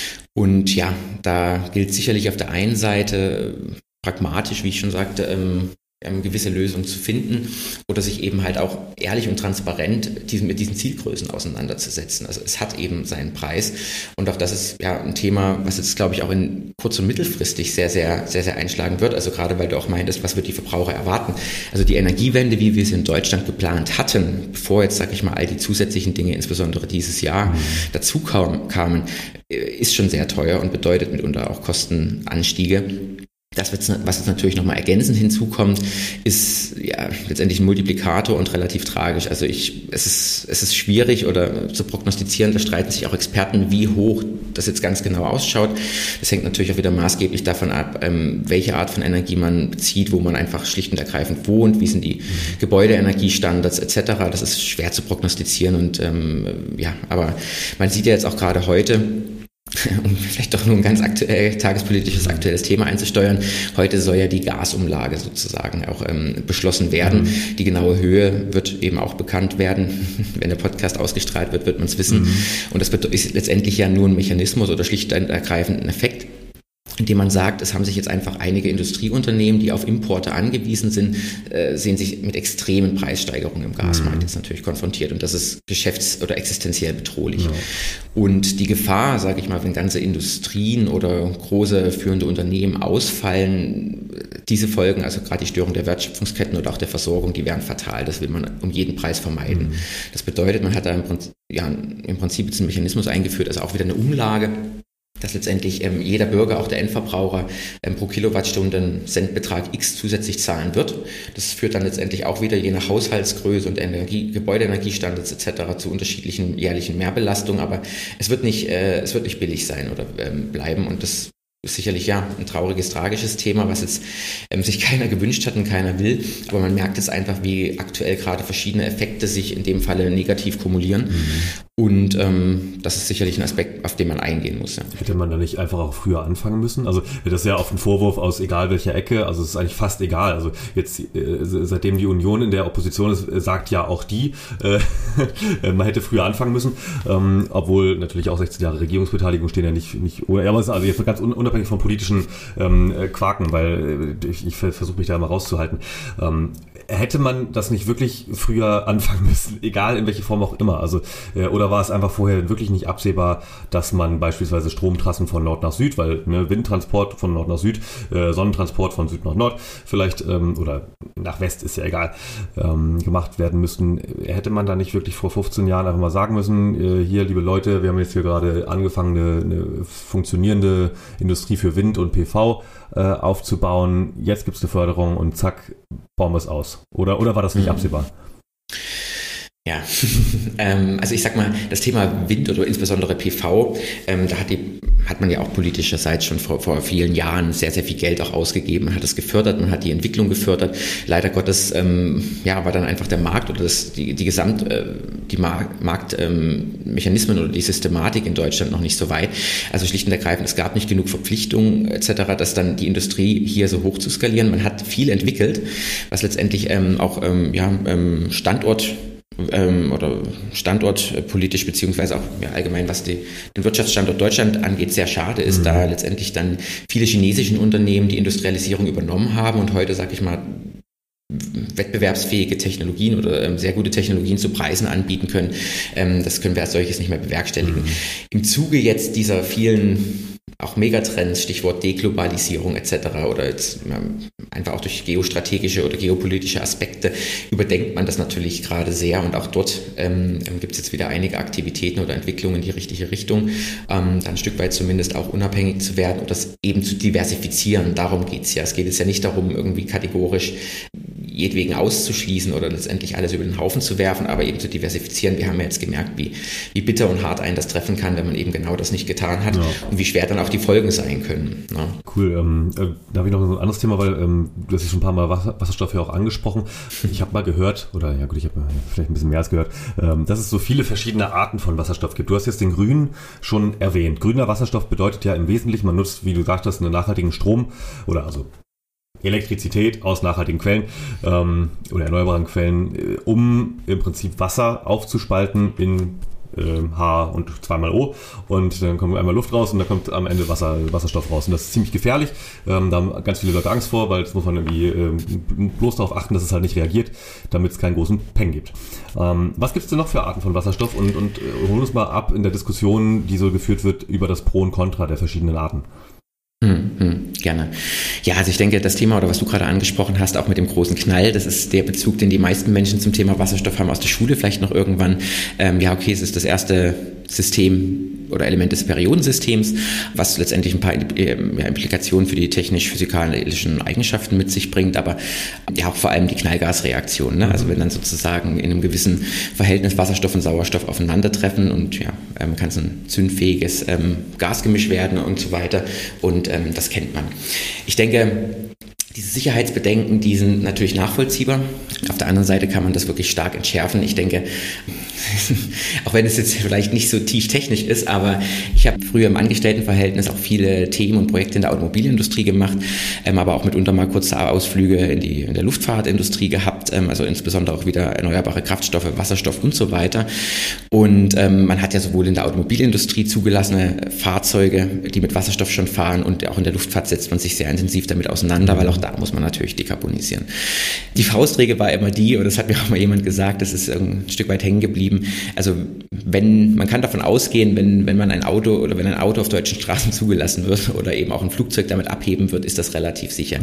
Und ja, da gilt sicherlich auf der einen Seite pragmatisch, wie ich schon sagte, gewisse Lösungen zu finden oder sich eben halt auch ehrlich und transparent mit diesen Zielgrößen auseinanderzusetzen. Also es hat eben seinen Preis und auch das ist ja ein Thema, was jetzt, glaube ich, auch in kurz- und mittelfristig sehr, sehr, sehr, sehr einschlagen wird. Also gerade, weil du auch meintest, was wird die Verbraucher erwarten? Also die Energiewende, wie wir sie in Deutschland geplant hatten, bevor jetzt, sage ich mal, all die zusätzlichen Dinge, insbesondere dieses Jahr, dazu kamen, ist schon sehr teuer und bedeutet mitunter auch Kostenanstiege. Das, was jetzt natürlich nochmal ergänzend hinzukommt, ist ja letztendlich ein Multiplikator und relativ tragisch. Also es ist schwierig oder zu prognostizieren, da streiten sich auch Experten, wie hoch das jetzt ganz genau ausschaut. Das hängt natürlich auch wieder maßgeblich davon ab, welche Art von Energie man bezieht, wo man einfach schlicht und ergreifend wohnt, wie sind die Gebäudeenergiestandards etc. Das ist schwer zu prognostizieren und aber man sieht ja jetzt auch gerade heute, um vielleicht doch nur ein ganz tagespolitisches aktuelles Thema einzusteuern. Heute soll ja die Gasumlage sozusagen auch beschlossen werden. Die genaue Höhe wird eben auch bekannt werden. Wenn der Podcast ausgestrahlt wird, wird man es wissen. Und das ist letztendlich ja nur ein Mechanismus oder schlicht und ergreifend ein Effekt, indem man sagt, es haben sich jetzt einfach einige Industrieunternehmen, die auf Importe angewiesen sind, sehen sich mit extremen Preissteigerungen im Gasmarkt jetzt natürlich konfrontiert und das ist geschäfts- oder existenziell bedrohlich. Ja. Und die Gefahr, sage ich mal, wenn ganze Industrien oder große führende Unternehmen ausfallen, diese Folgen, also gerade die Störung der Wertschöpfungsketten oder auch der Versorgung, die wären fatal. Das will man um jeden Preis vermeiden. Das bedeutet, man hat da im Prinzip jetzt einen Mechanismus eingeführt, also auch wieder eine Umlage, dass letztendlich jeder Bürger, auch der Endverbraucher, pro Kilowattstunde einen Centbetrag X zusätzlich zahlen wird. Das führt dann letztendlich auch wieder je nach Haushaltsgröße und Gebäudeenergiestandards etc. zu unterschiedlichen jährlichen Mehrbelastungen, aber es wird nicht billig sein oder bleiben und das ist sicherlich ein trauriges, tragisches Thema, was jetzt sich keiner gewünscht hat und keiner will, aber man merkt es einfach, wie aktuell gerade verschiedene Effekte sich in dem Falle negativ kumulieren. Und das ist sicherlich ein Aspekt, auf den man eingehen muss. Ja. Hätte man da nicht einfach auch früher anfangen müssen? Also das ist ja oft ein Vorwurf aus egal welcher Ecke, also es ist eigentlich fast egal. Also jetzt, seitdem die Union in der Opposition ist, sagt ja auch die, man hätte früher anfangen müssen, obwohl natürlich auch 16 Jahre Regierungsbeteiligung stehen ja nicht ohne, aber es ist also jetzt ganz unabhängig von politischen Quaken, weil ich versuche mich da mal rauszuhalten. Hätte man das nicht wirklich früher anfangen müssen, egal in welche Form auch immer? Also, oder war es einfach vorher wirklich nicht absehbar, dass man beispielsweise Stromtrassen von Nord nach Süd, weil Windtransport von Nord nach Süd, Sonnentransport von Süd nach Nord vielleicht, oder nach West, ist ja egal, gemacht werden müssten. Hätte man da nicht wirklich vor 15 Jahren einfach mal sagen müssen, hier, liebe Leute, wir haben jetzt hier gerade angefangen, eine funktionierende Industrie für Wind und PV aufzubauen, jetzt gibt es eine Förderung und zack, bauen wir es aus. Oder war das nicht absehbar? Ja, also ich sag mal, das Thema Wind oder insbesondere PV, da hat man ja auch politischerseits schon vor vielen Jahren sehr, sehr viel Geld auch ausgegeben. Man hat es gefördert, man hat die Entwicklung gefördert. Leider Gottes, war dann einfach der Markt oder die Marktmechanismen oder die Systematik in Deutschland noch nicht so weit. Also schlicht und ergreifend, es gab nicht genug Verpflichtungen etc., dass dann die Industrie hier so hoch zu skalieren. Man hat viel entwickelt, was letztendlich standortpolitisch beziehungsweise auch allgemein, was den Wirtschaftsstandort Deutschland angeht, sehr schade ist, da letztendlich dann viele chinesischen Unternehmen die Industrialisierung übernommen haben und heute, sag ich mal, wettbewerbsfähige Technologien oder sehr gute Technologien zu Preisen anbieten können. Das können wir als solches nicht mehr bewerkstelligen. Im Zuge jetzt dieser vielen auch Megatrends, Stichwort Deglobalisierung etc. oder jetzt einfach auch durch geostrategische oder geopolitische Aspekte überdenkt man das natürlich gerade sehr und auch dort gibt es jetzt wieder einige Aktivitäten oder Entwicklungen in die richtige Richtung, dann ein Stück weit zumindest auch unabhängig zu werden und das eben zu diversifizieren. Darum geht es ja. Es geht jetzt ja nicht darum, irgendwie kategorisch jedwegen auszuschließen oder letztendlich alles über den Haufen zu werfen, aber eben zu diversifizieren. Wir haben ja jetzt gemerkt, wie bitter und hart einen das treffen kann, wenn man eben genau das nicht getan hat und wie schwer dann auch die Folgen sein können. Ja. Cool. Da habe ich noch so ein anderes Thema, weil du hast ja schon ein paar Mal Wasserstoff ja auch angesprochen. Ich habe mal gehört, oder ja gut, ich habe vielleicht ein bisschen mehr als gehört, dass es so viele verschiedene Arten von Wasserstoff gibt. Du hast jetzt den grünen schon erwähnt. Grüner Wasserstoff bedeutet ja im Wesentlichen, man nutzt, wie du sagtest, einen nachhaltigen Strom oder also Elektrizität aus nachhaltigen Quellen oder erneuerbaren Quellen, um im Prinzip Wasser aufzuspalten in H und zweimal O und dann kommt einmal Luft raus und dann kommt am Ende Wasserstoff raus und das ist ziemlich gefährlich. Da haben ganz viele Leute Angst vor, weil das muss man irgendwie bloß darauf achten, dass es halt nicht reagiert, damit es keinen großen Peng gibt. Was gibt es denn noch für Arten von Wasserstoff und holen uns mal ab in der Diskussion, die so geführt wird über das Pro und Contra der verschiedenen Arten. Gerne. Ja, also ich denke, das Thema oder was du gerade angesprochen hast, auch mit dem großen Knall, das ist der Bezug, den die meisten Menschen zum Thema Wasserstoff haben aus der Schule, vielleicht noch irgendwann. Es ist das erste System oder Element des Periodensystems, was letztendlich ein paar Implikationen für die technisch-physikalischen Eigenschaften mit sich bringt, aber ja auch vor allem die Knallgasreaktion. Ne? Also wenn dann sozusagen in einem gewissen Verhältnis Wasserstoff und Sauerstoff aufeinandertreffen und kann es ein zündfähiges Gasgemisch werden und so weiter und das kennt man. Ich denke, diese Sicherheitsbedenken, die sind natürlich nachvollziehbar. Auf der anderen Seite kann man das wirklich stark entschärfen. Ich denke, auch wenn es jetzt vielleicht nicht so tief technisch ist, aber ich habe früher im Angestelltenverhältnis auch viele Themen und Projekte in der Automobilindustrie gemacht, aber auch mitunter mal kurze Ausflüge in der Luftfahrtindustrie gehabt, also insbesondere auch wieder erneuerbare Kraftstoffe, Wasserstoff und so weiter. Und man hat ja sowohl in der Automobilindustrie zugelassene Fahrzeuge, die mit Wasserstoff schon fahren und auch in der Luftfahrt setzt man sich sehr intensiv damit auseinander, weil auch da muss man natürlich dekarbonisieren. Die Faustregel war immer die, und das hat mir auch mal jemand gesagt, das ist ein Stück weit hängen geblieben, also man kann davon ausgehen, wenn ein Auto auf deutschen Straßen zugelassen wird oder eben auch ein Flugzeug damit abheben wird, ist das relativ sicher.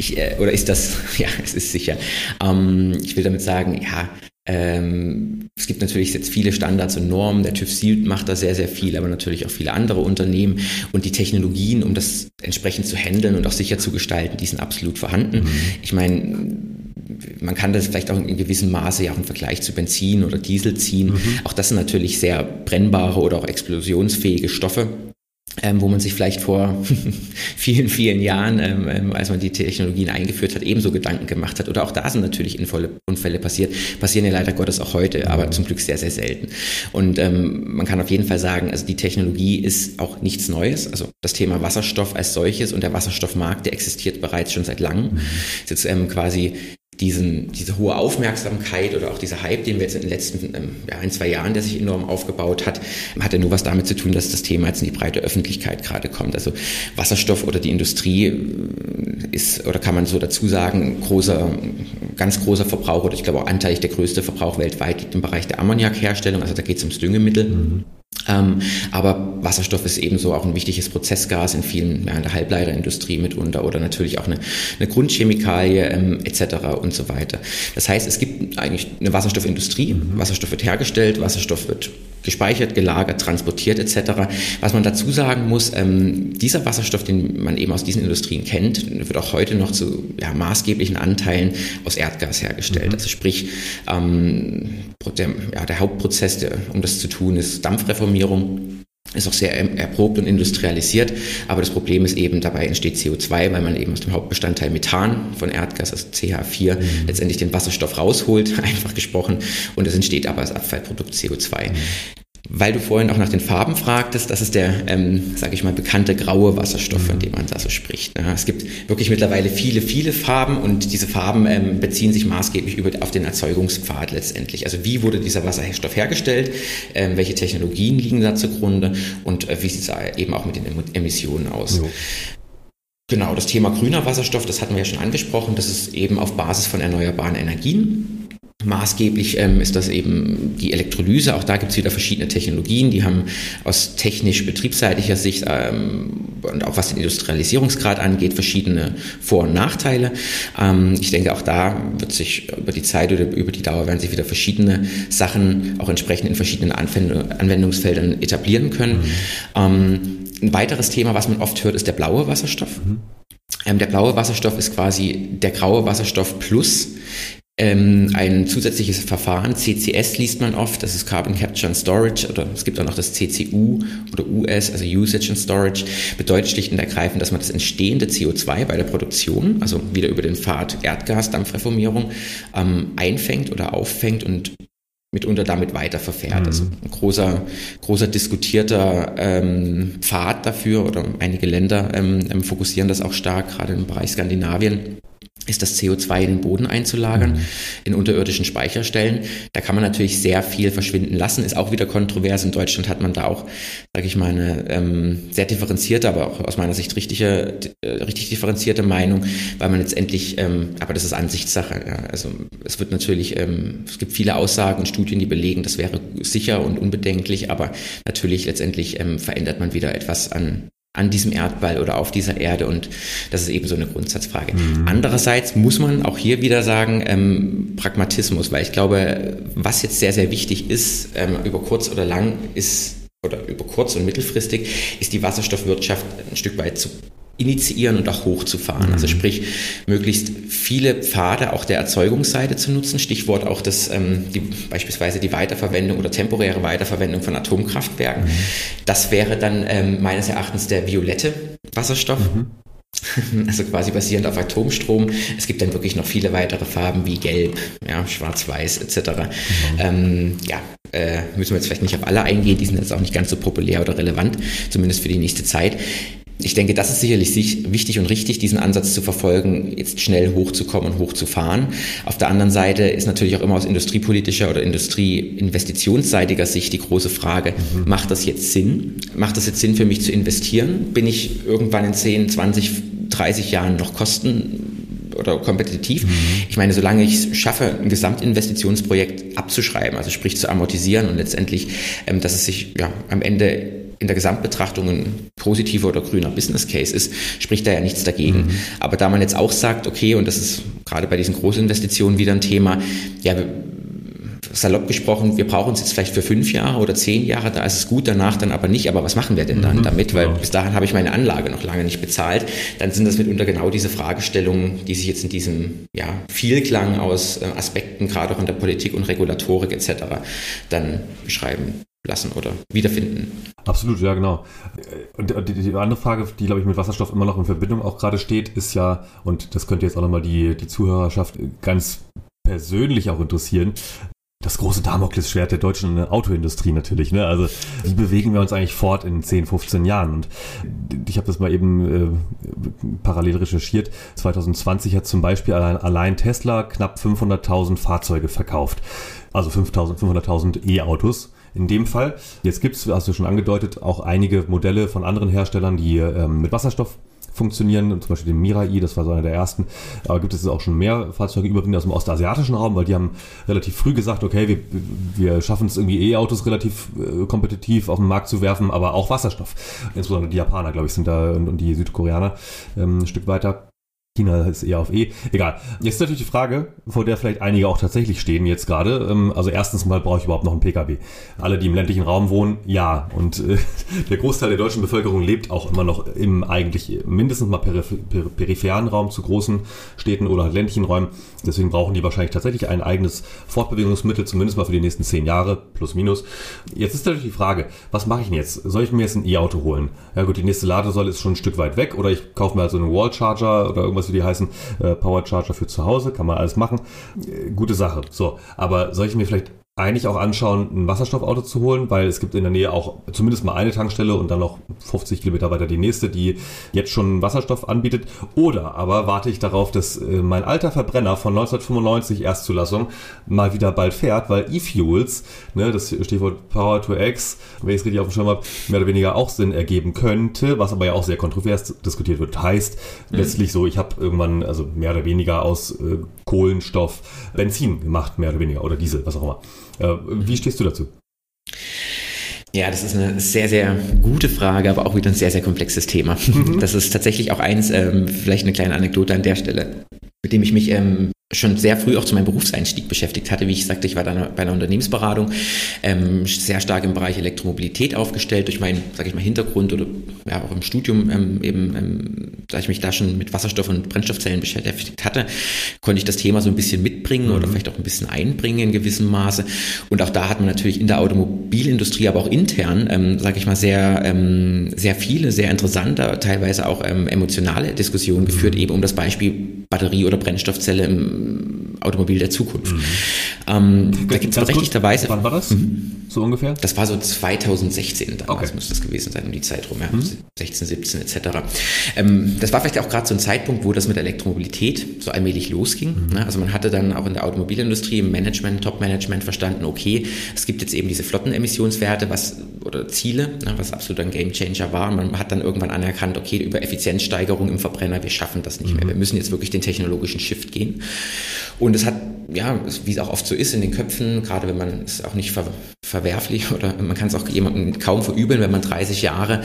Es ist sicher. Ich will damit sagen, es gibt natürlich jetzt viele Standards und Normen, der TÜV SÜD macht da sehr, sehr viel, aber natürlich auch viele andere Unternehmen und die Technologien, um das entsprechend zu handeln und auch sicher zu gestalten, die sind absolut vorhanden. Ich meine, man kann das vielleicht auch in gewissem Maße ja auch im Vergleich zu Benzin oder Diesel ziehen. Auch das sind natürlich sehr brennbare oder auch explosionsfähige Stoffe, wo man sich vielleicht vor vielen, vielen Jahren, als man die Technologien eingeführt hat, ebenso Gedanken gemacht hat. Oder auch da sind natürlich Unfälle passieren ja leider Gottes auch heute, aber zum Glück sehr, sehr selten. Und man kann auf jeden Fall sagen, also die Technologie ist auch nichts Neues. Also das Thema Wasserstoff als solches und der Wasserstoffmarkt, der existiert bereits schon seit langem. Ist jetzt quasi diese hohe Aufmerksamkeit oder auch dieser Hype, den wir jetzt in den letzten 1-2 Jahren, der sich enorm aufgebaut hat, hat ja nur was damit zu tun, dass das Thema jetzt in die breite Öffentlichkeit gerade kommt. Also Wasserstoff oder die Industrie ist, oder kann man so dazu sagen, ganz großer Verbrauch, oder ich glaube auch anteilig der größte Verbrauch weltweit liegt im Bereich der Ammoniakherstellung, also da geht es ums Düngemittel. Aber Wasserstoff ist ebenso auch ein wichtiges Prozessgas in vielen, in der Halbleiterindustrie mitunter oder natürlich auch eine Grundchemikalie etc. und so weiter. Das heißt, es gibt eigentlich eine Wasserstoffindustrie. Wasserstoff wird hergestellt, Wasserstoff wird gespeichert, gelagert, transportiert etc. Was man dazu sagen muss, dieser Wasserstoff, den man eben aus diesen Industrien kennt, wird auch heute noch zu maßgeblichen Anteilen aus Erdgas hergestellt. Also sprich, der Hauptprozess, um das zu tun, ist Dampfreformierung. Ist auch sehr erprobt und industrialisiert, aber das Problem ist eben, dabei entsteht CO2, weil man eben aus dem Hauptbestandteil Methan von Erdgas, also CH4, letztendlich den Wasserstoff rausholt, einfach gesprochen, und es entsteht aber als Abfallprodukt CO2. Weil du vorhin auch nach den Farben fragtest, das ist der, bekannte graue Wasserstoff, von dem man da so spricht. Ja, es gibt wirklich mittlerweile viele, viele Farben, und diese Farben beziehen sich maßgeblich auf den Erzeugungspfad letztendlich. Also wie wurde dieser Wasserstoff hergestellt, welche Technologien liegen da zugrunde und wie sieht es eben auch mit den Emissionen aus. Jo. Genau, das Thema grüner Wasserstoff, das hatten wir ja schon angesprochen, das ist eben auf Basis von erneuerbaren Energien. Maßgeblich ist das eben die Elektrolyse. Auch da gibt es wieder verschiedene Technologien, die haben aus technisch-betriebsseitiger Sicht und auch was den Industrialisierungsgrad angeht, verschiedene Vor- und Nachteile. Ich denke, auch da wird sich über die Zeit oder über die Dauer werden sich wieder verschiedene Sachen auch entsprechend in verschiedenen Anwendungsfeldern etablieren können. Ein weiteres Thema, was man oft hört, ist der blaue Wasserstoff. Der blaue Wasserstoff ist quasi der graue Wasserstoff plus ein zusätzliches Verfahren, CCS liest man oft, das ist Carbon Capture and Storage, oder es gibt auch noch das CCU oder US, also Usage and Storage, bedeutet schlicht und ergreifend, dass man das entstehende CO2 bei der Produktion, also wieder über den Pfad Erdgas, Dampfreformierung, einfängt oder auffängt und mitunter damit weiterverfährt. Also ein großer diskutierter Pfad dafür, oder einige Länder fokussieren das auch stark, gerade im Bereich Skandinavien, ist das CO2 in den Boden einzulagern, in unterirdischen Speicherstellen. Da kann man natürlich sehr viel verschwinden lassen, ist auch wieder kontrovers. In Deutschland hat man da auch, eine sehr differenzierte, aber auch aus meiner Sicht richtig differenzierte Meinung, weil man letztendlich, aber das ist Ansichtssache. Ja. Also es wird natürlich, es gibt viele Aussagen und Studien, die belegen, das wäre sicher und unbedenklich, aber natürlich letztendlich verändert man wieder etwas an diesem Erdball oder auf dieser Erde, und das ist eben so eine Grundsatzfrage. Andererseits muss man auch hier wieder sagen, Pragmatismus, weil ich glaube, was jetzt sehr, sehr wichtig ist, über kurz oder lang ist, oder über kurz- und mittelfristig, ist die Wasserstoffwirtschaft ein Stück weit zu initiieren und auch hochzufahren. Also sprich, möglichst viele Pfade auch der Erzeugungsseite zu nutzen. Stichwort auch beispielsweise die Weiterverwendung oder temporäre Weiterverwendung von Atomkraftwerken. Das wäre dann meines Erachtens der violette Wasserstoff. Also quasi basierend auf Atomstrom. Es gibt dann wirklich noch viele weitere Farben wie Gelb, Schwarz-Weiß etc. Müssen wir jetzt vielleicht nicht auf alle eingehen, die sind jetzt auch nicht ganz so populär oder relevant, zumindest für die nächste Zeit. Ich denke, das ist sicherlich wichtig und richtig, diesen Ansatz zu verfolgen, jetzt schnell hochzukommen und hochzufahren. Auf der anderen Seite ist natürlich auch immer aus industriepolitischer oder industrieinvestitionsseitiger Sicht die große Frage, macht das jetzt Sinn? Macht das jetzt Sinn für mich zu investieren? Bin ich irgendwann in 10, 20, 30 Jahren noch kosten- oder kompetitiv? Ich meine, solange ich es schaffe, ein Gesamtinvestitionsprojekt abzuschreiben, also sprich zu amortisieren und letztendlich, dass es sich am Ende in der Gesamtbetrachtung ein positiver oder grüner Business Case ist, spricht da ja nichts dagegen. Aber da man jetzt auch sagt, okay, und das ist gerade bei diesen Großinvestitionen wieder ein Thema, salopp gesprochen, wir brauchen es jetzt vielleicht für 5 Jahre oder 10 Jahre, da ist es gut, danach dann aber nicht. Aber was machen wir denn dann damit? Weil bis dahin habe ich meine Anlage noch lange nicht bezahlt. Dann sind das mitunter genau diese Fragestellungen, die sich jetzt in diesem Vielklang aus Aspekten, gerade auch in der Politik und Regulatorik etc. dann beschreiben lassen oder wiederfinden. Absolut, ja, genau. Und die andere Frage, die, glaube ich, mit Wasserstoff immer noch in Verbindung auch gerade steht, ist ja, und das könnte jetzt auch nochmal die Zuhörerschaft ganz persönlich auch interessieren, das große Damoklesschwert der deutschen Autoindustrie natürlich, ne? Also wie bewegen wir uns eigentlich fort in 10, 15 Jahren? Und ich habe das mal eben parallel recherchiert. 2020 hat zum Beispiel allein Tesla knapp 500.000 Fahrzeuge verkauft. Also 500.000 E-Autos. In dem Fall. Jetzt gibt es, hast du schon angedeutet, auch einige Modelle von anderen Herstellern, die mit Wasserstoff funktionieren, zum Beispiel den Mirai, das war so einer der ersten. Aber gibt es auch schon mehr Fahrzeuge, überwiegend aus dem ostasiatischen Raum, weil die haben relativ früh gesagt, okay, wir schaffen es irgendwie E-Autos relativ kompetitiv auf den Markt zu werfen, aber auch Wasserstoff. Insbesondere die Japaner, glaube ich, sind da und die Südkoreaner ein Stück weiter. China ist eher auf E. Egal. Jetzt ist natürlich die Frage, vor der vielleicht einige auch tatsächlich stehen jetzt gerade. Also erstens mal, brauche ich überhaupt noch einen PKW? Alle, die im ländlichen Raum wohnen, ja. Und der Großteil der deutschen Bevölkerung lebt auch immer noch im eigentlich mindestens mal peripheren Raum zu großen Städten oder halt ländlichen Räumen. Deswegen brauchen die wahrscheinlich tatsächlich ein eigenes Fortbewegungsmittel, zumindest mal für die nächsten 10 Jahre, plus minus. Jetzt ist natürlich die Frage, was mache ich denn jetzt? Soll ich mir jetzt ein E-Auto holen? Ja gut, die nächste Ladesäule ist schon ein Stück weit weg, oder ich kaufe mir halt so einen Wall-Charger oder irgendwas, wie die heißen, Power-Charger für zu Hause, kann man alles machen. Gute Sache. So, aber soll ich mir vielleicht eigentlich auch anschauen, ein Wasserstoffauto zu holen, weil es gibt in der Nähe auch zumindest mal eine Tankstelle und dann noch 50 Kilometer weiter die nächste, die jetzt schon Wasserstoff anbietet. Oder aber warte ich darauf, dass mein alter Verbrenner von 1995 Erstzulassung mal wieder bald fährt, weil E-Fuels, ne, das Stichwort Power to X, wenn ich es richtig auf dem Schirm habe, mehr oder weniger auch Sinn ergeben könnte, was aber ja auch sehr kontrovers diskutiert wird. Heißt letztlich so, ich habe irgendwann also mehr oder weniger aus Kohlenstoff Benzin gemacht, mehr oder weniger, oder Diesel, was auch immer. Wie stehst du dazu? Ja, das ist eine sehr, sehr gute Frage, aber auch wieder ein sehr, sehr komplexes Thema. Das ist tatsächlich auch eins, vielleicht eine kleine Anekdote an der Stelle, mit dem ich mich schon sehr früh auch zu meinem Berufseinstieg beschäftigt hatte. Wie ich sagte, ich war dann bei einer Unternehmensberatung, sehr stark im Bereich Elektromobilität aufgestellt durch meinen, sage ich mal, Hintergrund oder ja auch im Studium da ich mich da schon mit Wasserstoff- und Brennstoffzellen beschäftigt hatte, konnte ich das Thema so ein bisschen mitbringen oder vielleicht auch ein bisschen einbringen in gewissem Maße. Und auch da hat man natürlich in der Automobilindustrie, aber auch intern, sage ich mal, sehr viele, sehr interessante, teilweise auch emotionale Diskussionen geführt, eben um das Beispiel Batterie- oder Brennstoffzelle im Automobil der Zukunft. Da gibt es berechtigterweise... Wann war das? So ungefähr? Das war so 2016, damals müsste das gewesen sein, um die Zeit rum, ja, 16, 17 etc. Das war vielleicht auch gerade so ein Zeitpunkt, wo das mit Elektromobilität so allmählich losging. Ne? Also man hatte dann auch in der Automobilindustrie, im Management, Top-Management verstanden, okay, es gibt jetzt eben diese Flottenemissionswerte oder Ziele, ne, was absolut ein Gamechanger war. Man hat dann irgendwann anerkannt, okay, über Effizienzsteigerung im Verbrenner, wir schaffen das nicht mehr. Wir müssen jetzt wirklich den technologischen Shift gehen. Und es hat, ja, wie es auch oft so ist in den Köpfen, gerade wenn man es auch nicht verwerflich oder man kann es auch jemandem kaum verübeln, wenn man 30 Jahre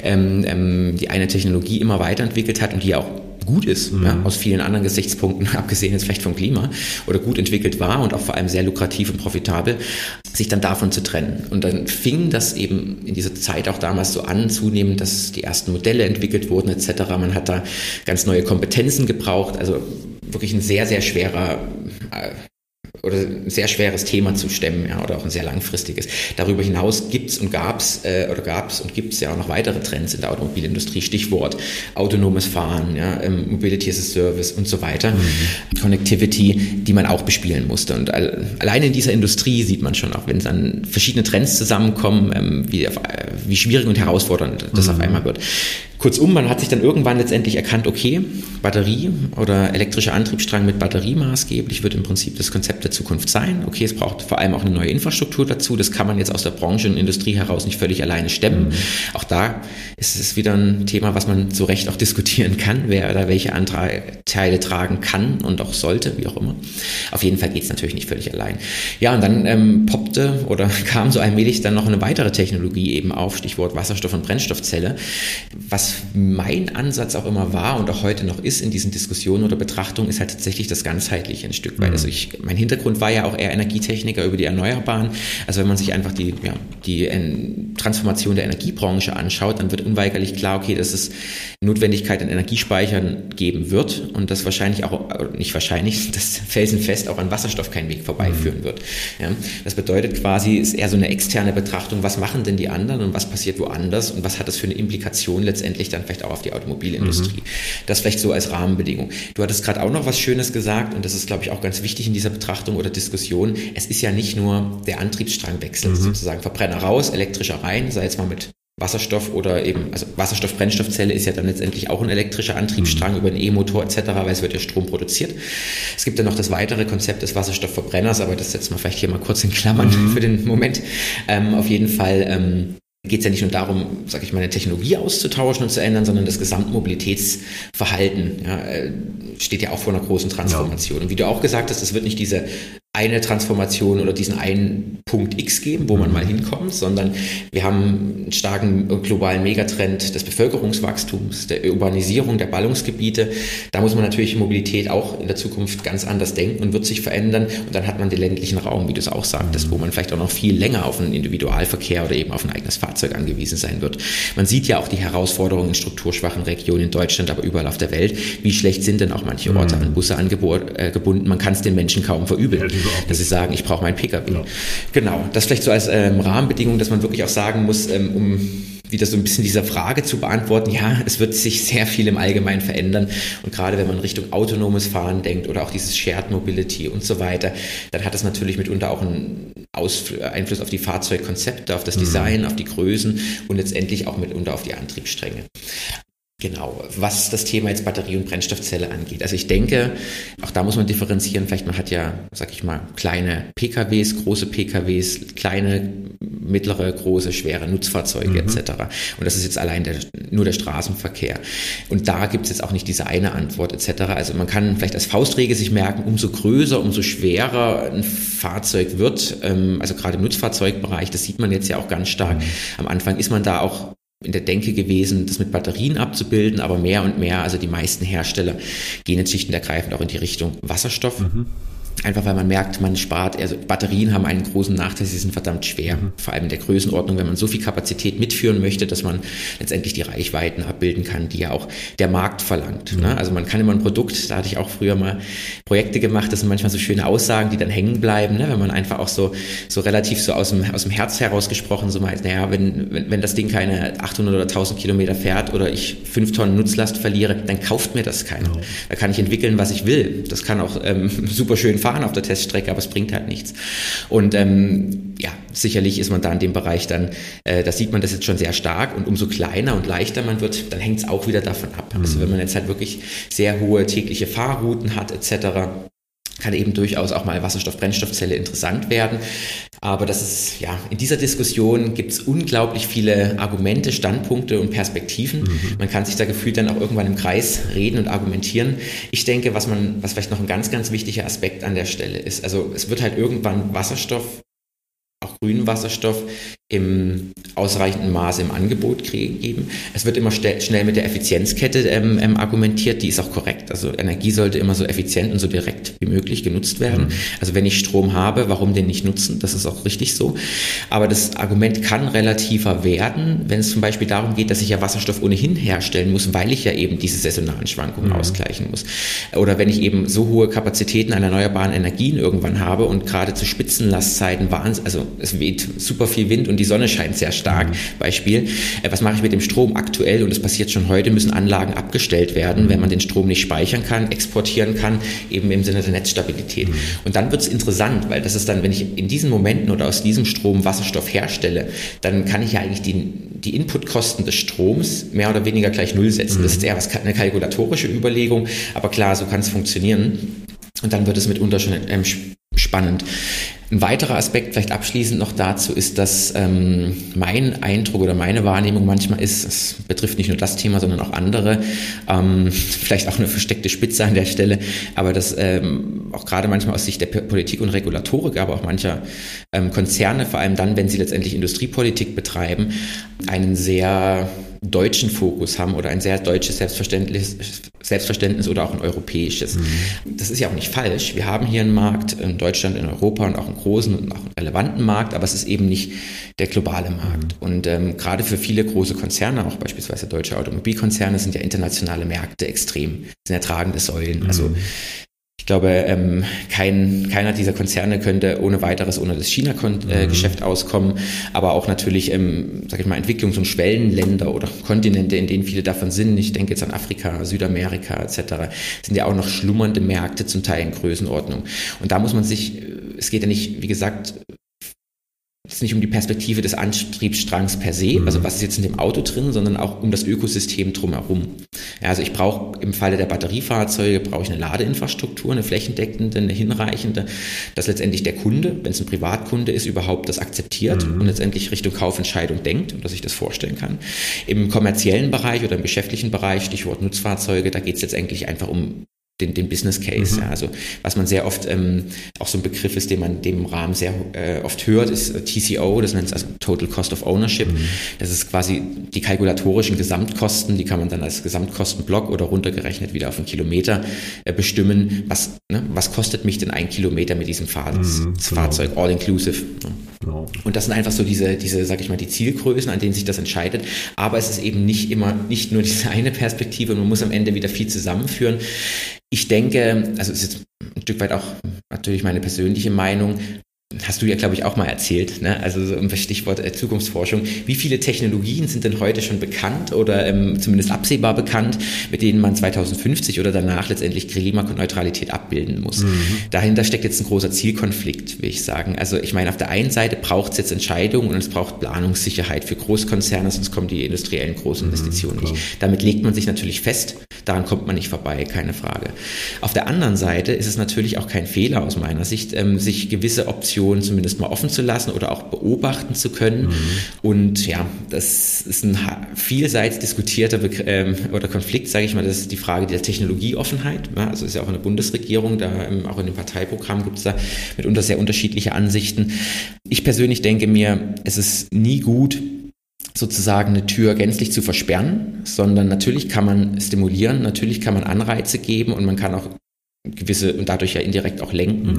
die eine Technologie immer weiterentwickelt hat und die auch gut ist, ja, aus vielen anderen Gesichtspunkten, abgesehen jetzt vielleicht vom Klima, oder gut entwickelt war und auch vor allem sehr lukrativ und profitabel, sich dann davon zu trennen. Und dann fing das eben in dieser Zeit auch damals so an, zunehmend, dass die ersten Modelle entwickelt wurden etc. Man hat da ganz neue Kompetenzen gebraucht, also wirklich ein sehr, sehr schwerer oder ein sehr schweres Thema zu stemmen, ja, oder auch ein sehr langfristiges. Darüber hinaus gibt's und gab's ja auch noch weitere Trends in der Automobilindustrie, Stichwort autonomes Fahren, ja, Mobility as a Service und so weiter, Connectivity, die man auch bespielen musste. Und alleine in dieser Industrie sieht man schon, auch wenn dann verschiedene Trends zusammenkommen, wie schwierig und herausfordernd das auf einmal wird. Kurzum, man hat sich dann irgendwann letztendlich erkannt, okay, Batterie oder elektrischer Antriebsstrang mit Batterie maßgeblich wird im Prinzip das Konzept der Zukunft sein. Okay, es braucht vor allem auch eine neue Infrastruktur dazu. Das kann man jetzt aus der Branche und Industrie heraus nicht völlig alleine stemmen. Auch da ist es wieder ein Thema, was man zu Recht auch diskutieren kann, wer da welche Anteile tragen kann und auch sollte, wie auch immer. Auf jeden Fall geht es natürlich nicht völlig allein. Ja, und dann poppte oder kam so allmählich dann noch eine weitere Technologie eben auf, Stichwort Wasserstoff- und Brennstoffzelle, was mein Ansatz auch immer war und auch heute noch ist in diesen Diskussionen oder Betrachtungen, ist halt tatsächlich das Ganzheitliche ein Stück weit. Also mein Hintergrund war ja auch eher Energietechniker über die Erneuerbaren. Also wenn man sich einfach die Transformation der Energiebranche anschaut, dann wird unweigerlich klar, okay, dass es Notwendigkeit an Energiespeichern geben wird und das wahrscheinlich auch, nicht wahrscheinlich, das felsenfest auch an Wasserstoff keinen Weg vorbeiführen wird. Ja, das bedeutet quasi, ist eher so eine externe Betrachtung, was machen denn die anderen und was passiert woanders und was hat das für eine Implikation letztendlich dann vielleicht auch auf die Automobilindustrie. Das vielleicht so als Rahmenbedingung. Du hattest gerade auch noch was Schönes gesagt und das ist, glaube ich, auch ganz wichtig in dieser Betrachtung oder Diskussion. Es ist ja nicht nur der Antriebsstrangwechsel, sozusagen Verbrenner raus, elektrischer rein, sei jetzt mal mit Wasserstoff oder eben, also Wasserstoff-Brennstoffzelle ist ja dann letztendlich auch ein elektrischer Antriebsstrang über einen E-Motor etc., weil es wird ja Strom produziert. Es gibt dann noch das weitere Konzept des Wasserstoffverbrenners, aber das setzen wir vielleicht hier mal kurz in Klammern für den Moment. Auf jeden Fall geht es ja nicht nur darum, sage ich mal, eine Technologie auszutauschen und zu ändern, sondern das Gesamtmobilitätsverhalten steht ja auch vor einer großen Transformation. Ja. Und wie du auch gesagt hast, es wird nicht diese eine Transformation oder diesen einen Punkt X geben, wo man mal hinkommt, sondern wir haben einen starken globalen Megatrend des Bevölkerungswachstums, der Urbanisierung der Ballungsgebiete. Da muss man natürlich Mobilität auch in der Zukunft ganz anders denken und wird sich verändern. Und dann hat man den ländlichen Raum, wie du es auch sagtest, wo man vielleicht auch noch viel länger auf einen Individualverkehr oder eben auf ein eigenes Fahrzeug angewiesen sein wird. Man sieht ja auch die Herausforderungen in strukturschwachen Regionen in Deutschland, aber überall auf der Welt. Wie schlecht sind denn auch manche Orte an Busse gebunden? Man kann es den Menschen kaum verübeln, dass sie sagen, ich brauche meinen Pkw. Ja. Genau, das vielleicht so als Rahmenbedingung, dass man wirklich auch sagen muss, um wieder so ein bisschen dieser Frage zu beantworten, ja, es wird sich sehr viel im Allgemeinen verändern und gerade wenn man Richtung autonomes Fahren denkt oder auch dieses Shared Mobility und so weiter, dann hat das natürlich mitunter auch einen Einfluss auf die Fahrzeugkonzepte, auf das Design, auf die Größen und letztendlich auch mitunter auf die Antriebsstränge. Genau, was das Thema jetzt Batterie- und Brennstoffzelle angeht. Also ich denke, auch da muss man differenzieren. Vielleicht man hat ja, sag ich mal, kleine PKWs, große PKWs, kleine, mittlere, große, schwere Nutzfahrzeuge etc. Und das ist jetzt allein nur der Straßenverkehr. Und da gibt es jetzt auch nicht diese eine Antwort etc. Also man kann vielleicht als Faustregel sich merken, umso größer, umso schwerer ein Fahrzeug wird, also gerade im Nutzfahrzeugbereich, das sieht man jetzt ja auch ganz stark. Am Anfang ist man da auch in der Denke gewesen, das mit Batterien abzubilden, aber mehr und mehr, also die meisten Hersteller gehen jetzt schlicht und ergreifend auch in die Richtung Wasserstoff. Einfach weil man merkt, man spart, also Batterien haben einen großen Nachteil, sie sind verdammt schwer. Vor allem in der Größenordnung, wenn man so viel Kapazität mitführen möchte, dass man letztendlich die Reichweiten abbilden kann, die ja auch der Markt verlangt. Ne? Also man kann immer ein Produkt, da hatte ich auch früher mal Projekte gemacht, das sind manchmal so schöne Aussagen, die dann hängen bleiben, ne? Wenn man einfach auch so relativ so aus dem Herz heraus gesprochen so meint, naja, wenn das Ding keine 800 oder 1000 Kilometer fährt oder ich 5 Tonnen Nutzlast verliere, dann kauft mir das keiner. Da kann ich entwickeln, was ich will. Das kann auch super schön fahren auf der Teststrecke, aber es bringt halt nichts. Und ja, sicherlich ist man da in dem Bereich dann, da sieht man das jetzt schon sehr stark und umso kleiner und leichter man wird, dann hängt es auch wieder davon ab. Also wenn man jetzt halt wirklich sehr hohe tägliche Fahrrouten hat etc., kann eben durchaus auch mal Wasserstoff-Brennstoffzelle interessant werden. Aber das ist, ja, in dieser Diskussion gibt es unglaublich viele Argumente, Standpunkte und Perspektiven. Man kann sich da gefühlt dann auch irgendwann im Kreis reden und argumentieren. Ich denke, was vielleicht noch ein ganz, ganz wichtiger Aspekt an der Stelle ist, also es wird halt irgendwann Wasserstoff, auch grünen Wasserstoff, im ausreichenden Maße im Angebot geben. Es wird immer schnell mit der Effizienzkette argumentiert, die ist auch korrekt. Also Energie sollte immer so effizient und so direkt wie möglich genutzt werden. Also wenn ich Strom habe, warum den nicht nutzen? Das ist auch richtig so. Aber das Argument kann relativer werden, wenn es zum Beispiel darum geht, dass ich ja Wasserstoff ohnehin herstellen muss, weil ich ja eben diese saisonalen Schwankungen ausgleichen muss. Oder wenn ich eben so hohe Kapazitäten an erneuerbaren Energien irgendwann habe und gerade zu Spitzenlastzeiten also es weht super viel Wind und die Sonne scheint sehr stark. Beispiel, was mache ich mit dem Strom aktuell? Und das passiert schon heute, müssen Anlagen abgestellt werden, wenn man den Strom nicht speichern kann, exportieren kann, eben im Sinne der Netzstabilität. Und dann wird es interessant, weil das ist dann, wenn ich in diesen Momenten oder aus diesem Strom Wasserstoff herstelle, dann kann ich ja eigentlich die Inputkosten des Stroms mehr oder weniger gleich null setzen. Das ist eher eine kalkulatorische Überlegung, aber klar, so kann es funktionieren. Und dann wird es mitunter schon spannend. Ein weiterer Aspekt, vielleicht abschließend noch dazu, ist, dass mein Eindruck oder meine Wahrnehmung manchmal ist, es betrifft nicht nur das Thema, sondern auch andere, vielleicht auch eine versteckte Spitze an der Stelle, aber dass auch gerade manchmal aus Sicht der Politik und Regulatorik, aber auch mancher Konzerne, vor allem dann, wenn sie letztendlich Industriepolitik betreiben, einen sehr deutschen Fokus haben oder ein sehr deutsches Selbstverständnis oder auch ein europäisches. Das ist ja auch nicht falsch. Wir haben hier einen Markt in Deutschland, in Europa und auch einen großen und auch einen relevanten Markt, aber es ist eben nicht der globale Markt. Und gerade für viele große Konzerne, auch beispielsweise deutsche Automobilkonzerne, sind ja internationale Märkte extrem, sind ja tragende Säulen. Also ich glaube, keiner dieser Konzerne könnte ohne weiteres ohne das China-Geschäft auskommen, aber auch natürlich, sage ich mal, Entwicklungs- und Schwellenländer oder Kontinente, in denen viele davon sind, ich denke jetzt an Afrika, Südamerika etc., sind ja auch noch schlummernde Märkte, zum Teil in Größenordnung. Und da muss man es geht ja nicht, wie gesagt, jetzt nicht um die Perspektive des Antriebsstrangs per se, also was ist jetzt in dem Auto drin, sondern auch um das Ökosystem drumherum. Ja, also ich brauche im Falle der Batteriefahrzeuge eine Ladeinfrastruktur, eine flächendeckende, eine hinreichende, dass letztendlich der Kunde, wenn es ein Privatkunde ist, überhaupt das akzeptiert und letztendlich Richtung Kaufentscheidung denkt und dass ich das vorstellen kann. Im kommerziellen Bereich oder im geschäftlichen Bereich, Stichwort Nutzfahrzeuge, da geht es letztendlich einfach um den Business Case. Ja, also was man sehr oft, auch so ein Begriff ist, den man in dem Rahmen sehr oft hört, ist TCO, das nennt es also Total Cost of Ownership. Das ist quasi die kalkulatorischen Gesamtkosten, die kann man dann als Gesamtkostenblock oder runtergerechnet wieder auf einen Kilometer bestimmen. Was kostet mich denn ein Kilometer mit diesem Fahrzeug, all inclusive? Genau. Und das sind einfach so diese, sag ich mal, die Zielgrößen, an denen sich das entscheidet. Aber es ist eben nicht nur diese eine Perspektive, man muss am Ende wieder viel zusammenführen. Ich denke, also es ist jetzt ein Stück weit auch natürlich meine persönliche Meinung, hast du ja, glaube ich, auch mal erzählt, ne? Also so im Stichwort Zukunftsforschung. Wie viele Technologien sind denn heute schon bekannt oder zumindest absehbar bekannt, mit denen man 2050 oder danach letztendlich Klimaneutralität abbilden muss? Dahinter steckt jetzt ein großer Zielkonflikt, will ich sagen. Also ich meine, auf der einen Seite braucht es jetzt Entscheidungen und es braucht Planungssicherheit für Großkonzerne, sonst kommen die industriellen Großinvestitionen nicht. Damit legt man sich natürlich fest, daran kommt man nicht vorbei, keine Frage. Auf der anderen Seite ist es natürlich auch kein Fehler aus meiner Sicht, sich gewisse Optionen zumindest mal offen zu lassen oder auch beobachten zu können. Und ja, das ist ein vielseits diskutierter oder Konflikt, sage ich mal, das ist die Frage der Technologieoffenheit. Ja, also ist ja auch in der Bundesregierung, da auch in dem Parteiprogramm gibt es da mitunter sehr unterschiedliche Ansichten. Ich persönlich denke mir, es ist nie gut, sozusagen eine Tür gänzlich zu versperren, sondern natürlich kann man stimulieren, natürlich kann man Anreize geben und man kann auch gewisse und dadurch ja indirekt auch lenken.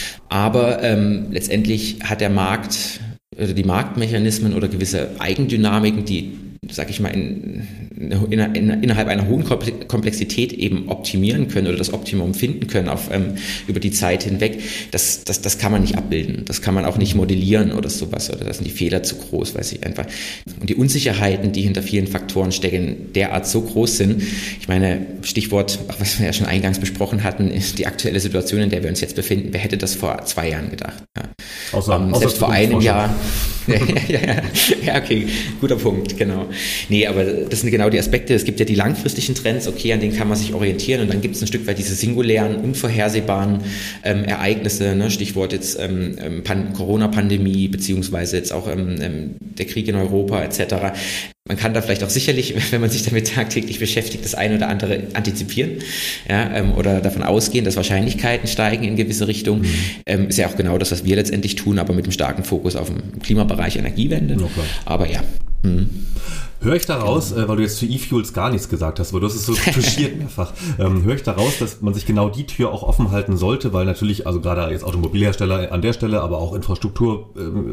Aber letztendlich hat der Markt oder die Marktmechanismen oder gewisse Eigendynamiken, die, sag ich mal, innerhalb einer hohen Komplexität eben optimieren können oder das Optimum finden können über die Zeit hinweg, das kann man nicht abbilden. Das kann man auch nicht modellieren oder sowas, oder da sind die Fehler zu groß, weiß ich einfach. Und die Unsicherheiten, die hinter vielen Faktoren stecken, derart so groß sind. Ich meine, Stichwort, was wir ja schon eingangs besprochen hatten, ist die aktuelle Situation, in der wir uns jetzt befinden. Wer hätte das vor 2 Jahren gedacht? Ja. Außer selbst vor einem Jahr. Ja, okay, guter Punkt, genau. Nee, aber das sind genau die Aspekte. Es gibt ja die langfristigen Trends, okay, an denen kann man sich orientieren, und dann gibt es ein Stück weit diese singulären, unvorhersehbaren Ereignisse, ne? Stichwort jetzt Corona-Pandemie, beziehungsweise jetzt auch der Krieg in Europa etc. Man kann da vielleicht auch sicherlich, wenn man sich damit tagtäglich beschäftigt, das eine oder andere antizipieren, ja, oder davon ausgehen, dass Wahrscheinlichkeiten steigen in gewisse Richtungen. Ist ja auch genau das, was wir letztendlich tun, aber mit einem starken Fokus auf den Klimabereich, Energiewende. Ja, aber ja. Höre ich daraus, weil du jetzt zu E-Fuels gar nichts gesagt hast, aber du hast es so touchiert mehrfach, höre ich daraus, dass man sich genau die Tür auch offen halten sollte, weil natürlich, also gerade jetzt Automobilhersteller an der Stelle, aber auch Infrastruktur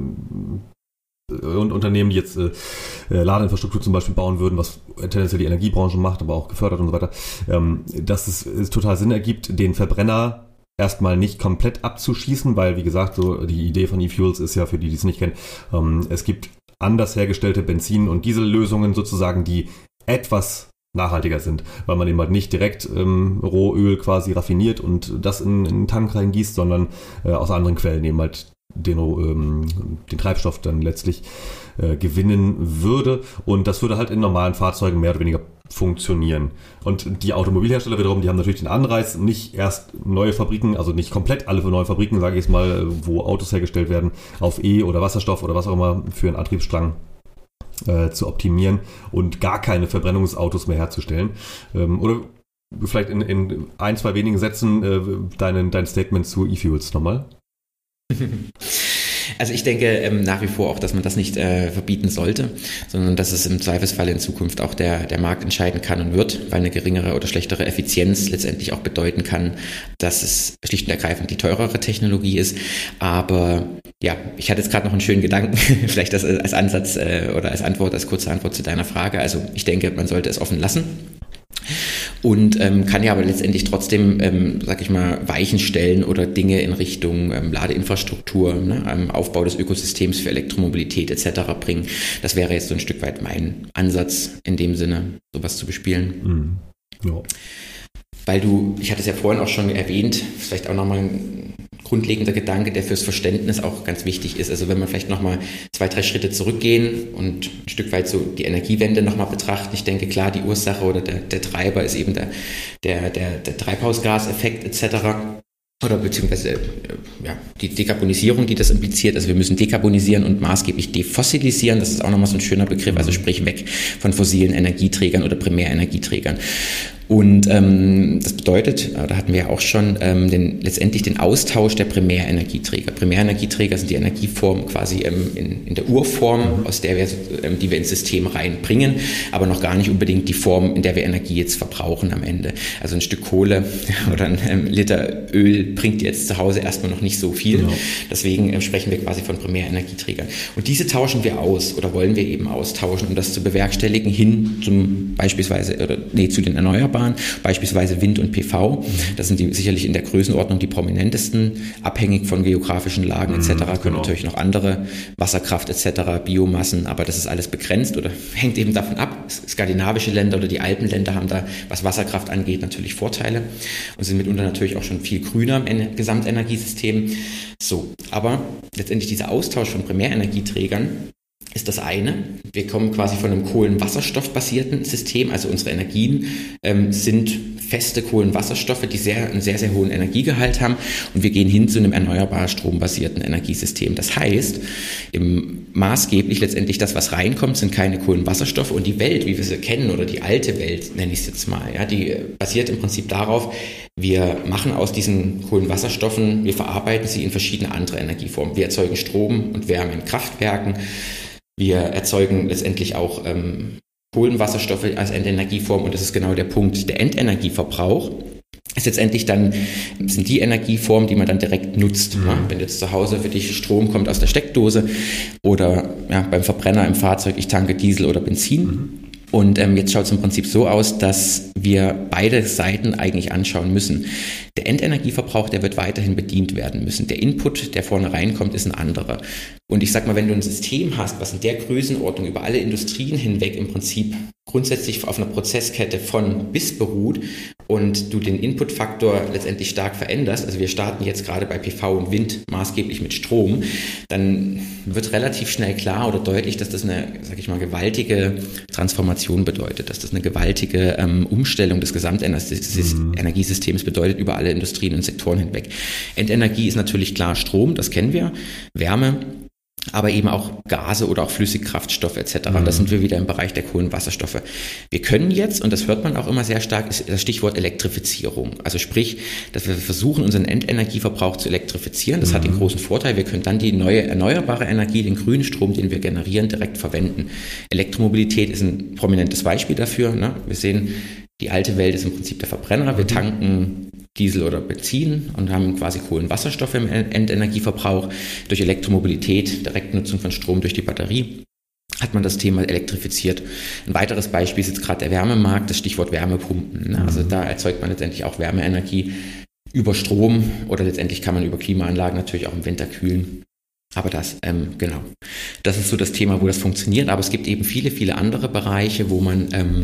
und Unternehmen, die jetzt Ladeinfrastruktur zum Beispiel bauen würden, was tendenziell die Energiebranche macht, aber auch gefördert und so weiter, dass es total Sinn ergibt, den Verbrenner erstmal nicht komplett abzuschießen, weil, wie gesagt, so die Idee von E-Fuels ist ja, für die es nicht kennen, es gibt anders hergestellte Benzin- und Diesellösungen sozusagen, die etwas nachhaltiger sind, weil man eben halt nicht direkt Rohöl quasi raffiniert und das in einen Tank reingießt, sondern aus anderen Quellen eben halt den Treibstoff dann letztlich gewinnen würde, und das würde halt in normalen Fahrzeugen mehr oder weniger funktionieren. Und die Automobilhersteller wiederum, die haben natürlich den Anreiz, nicht erst neue Fabriken, also nicht komplett alle neue Fabriken, sage ich jetzt mal, wo Autos hergestellt werden, auf E- oder Wasserstoff oder was auch immer für einen Antriebsstrang zu optimieren und gar keine Verbrennungsautos mehr herzustellen. Oder vielleicht in 1-2 wenigen Sätzen dein Statement zu E-Fuels nochmal. Also ich denke nach wie vor auch, dass man das nicht verbieten sollte, sondern dass es im Zweifelsfall in Zukunft auch der Markt entscheiden kann und wird, weil eine geringere oder schlechtere Effizienz letztendlich auch bedeuten kann, dass es schlicht und ergreifend die teurere Technologie ist. Aber ja, ich hatte jetzt gerade noch einen schönen Gedanken, vielleicht das als Ansatz oder als kurze Antwort zu deiner Frage. Also ich denke, man sollte es offen lassen. Und kann ja aber letztendlich trotzdem, sag ich mal, Weichen stellen oder Dinge in Richtung Ladeinfrastruktur, ne, Aufbau des Ökosystems für Elektromobilität etc. bringen. Das wäre jetzt so ein Stück weit mein Ansatz in dem Sinne, sowas zu bespielen. Ja. Weil ich hatte es ja vorhin auch schon erwähnt, vielleicht auch nochmal ein grundlegender Gedanke, der fürs Verständnis auch ganz wichtig ist. Also wenn wir vielleicht nochmal 2-3 Schritte zurückgehen und ein Stück weit so die Energiewende nochmal betrachten. Ich denke, klar, die Ursache oder der Treiber ist eben der Treibhausgaseffekt etc. Oder beziehungsweise die Dekarbonisierung, die das impliziert. Also wir müssen dekarbonisieren und maßgeblich defossilisieren. Das ist auch nochmal so ein schöner Begriff, also sprich weg von fossilen Energieträgern oder Primärenergieträgern. Und das bedeutet, da hatten wir ja auch schon letztendlich den Austausch der Primärenergieträger. Primärenergieträger sind die Energieformen quasi in der Urform, aus der die wir ins System reinbringen, aber noch gar nicht unbedingt die Form, in der wir Energie jetzt verbrauchen am Ende. Also ein Stück Kohle oder ein Liter Öl bringt jetzt zu Hause erstmal noch nicht so viel. Genau. Deswegen sprechen wir quasi von Primärenergieträgern. Und diese tauschen wir aus oder wollen wir eben austauschen, um das zu bewerkstelligen, hin zum zu den Erneuerbaren. Beispielsweise Wind und PV. Das sind die sicherlich in der Größenordnung die prominentesten, abhängig von geografischen Lagen etc. Können natürlich noch andere, Wasserkraft etc., Biomassen, aber das ist alles begrenzt oder hängt eben davon ab. Skandinavische Länder oder die Alpenländer haben da, was Wasserkraft angeht, natürlich Vorteile und sind mitunter natürlich auch schon viel grüner im Gesamtenergiesystem. So, aber letztendlich dieser Austausch von Primärenergieträgern ist das eine. Wir kommen quasi von einem kohlenwasserstoffbasierten System, also unsere Energien sind feste Kohlenwasserstoffe, die einen sehr, sehr hohen Energiegehalt haben und wir gehen hin zu einem erneuerbar strombasierten Energiesystem. Das heißt, maßgeblich letztendlich das, was reinkommt, sind keine Kohlenwasserstoffe und die Welt, wie wir sie kennen oder die alte Welt, nenne ich es jetzt mal, ja, die basiert im Prinzip darauf, wir machen aus diesen Kohlenwasserstoffen, wir verarbeiten sie in verschiedene andere Energieformen. Wir erzeugen Strom und Wärme in Kraftwerken. Wir erzeugen letztendlich auch Kohlenwasserstoffe als Endenergieform und das ist genau der Punkt. Der Endenergieverbrauch ist letztendlich sind die Energieformen, die man dann direkt nutzt. Mhm. Ja, wenn jetzt zu Hause für dich Strom kommt aus der Steckdose oder beim Verbrenner im Fahrzeug, ich tanke Diesel oder Benzin. Mhm. Und jetzt schaut es im Prinzip so aus, dass wir beide Seiten eigentlich anschauen müssen. Der Endenergieverbrauch, der wird weiterhin bedient werden müssen. Der Input, der vorne reinkommt, ist ein anderer. Und ich sag mal, wenn du ein System hast, was in der Größenordnung über alle Industrien hinweg im Prinzip grundsätzlich auf einer Prozesskette von bis beruht und du den Inputfaktor letztendlich stark veränderst, also wir starten jetzt gerade bei PV und Wind maßgeblich mit Strom, dann wird relativ schnell klar oder deutlich, dass das eine, gewaltige Transformation bedeutet, dass das eine gewaltige Umstellung des Gesamtenergiesystems bedeutet über alle Industrien und Sektoren hinweg. Endenergie ist natürlich klar Strom, das kennen wir, Wärme, aber eben auch Gase oder auch Flüssigkraftstoffe etc. Und da sind wir wieder im Bereich der Kohlenwasserstoffe. Wir können jetzt, und das hört man auch immer sehr stark, ist das Stichwort Elektrifizierung. Also sprich, dass wir versuchen, unseren Endenergieverbrauch zu elektrifizieren. Das hat den großen Vorteil, wir können dann die neue erneuerbare Energie, den grünen Strom, den wir generieren, direkt verwenden. Elektromobilität ist ein prominentes Beispiel dafür. Ne? Wir sehen, die alte Welt ist im Prinzip der Verbrenner. Wir tanken Diesel oder Benzin und haben quasi Kohlenwasserstoffe im Endenergieverbrauch. Durch Elektromobilität, Direktnutzung von Strom durch die Batterie, hat man das Thema elektrifiziert. Ein weiteres Beispiel ist jetzt gerade der Wärmemarkt, das Stichwort Wärmepumpen. Also da erzeugt man letztendlich auch Wärmeenergie über Strom oder letztendlich kann man über Klimaanlagen natürlich auch im Winter kühlen. Aber das ist so das Thema, wo das funktioniert. Aber es gibt eben viele, viele andere Bereiche, wo man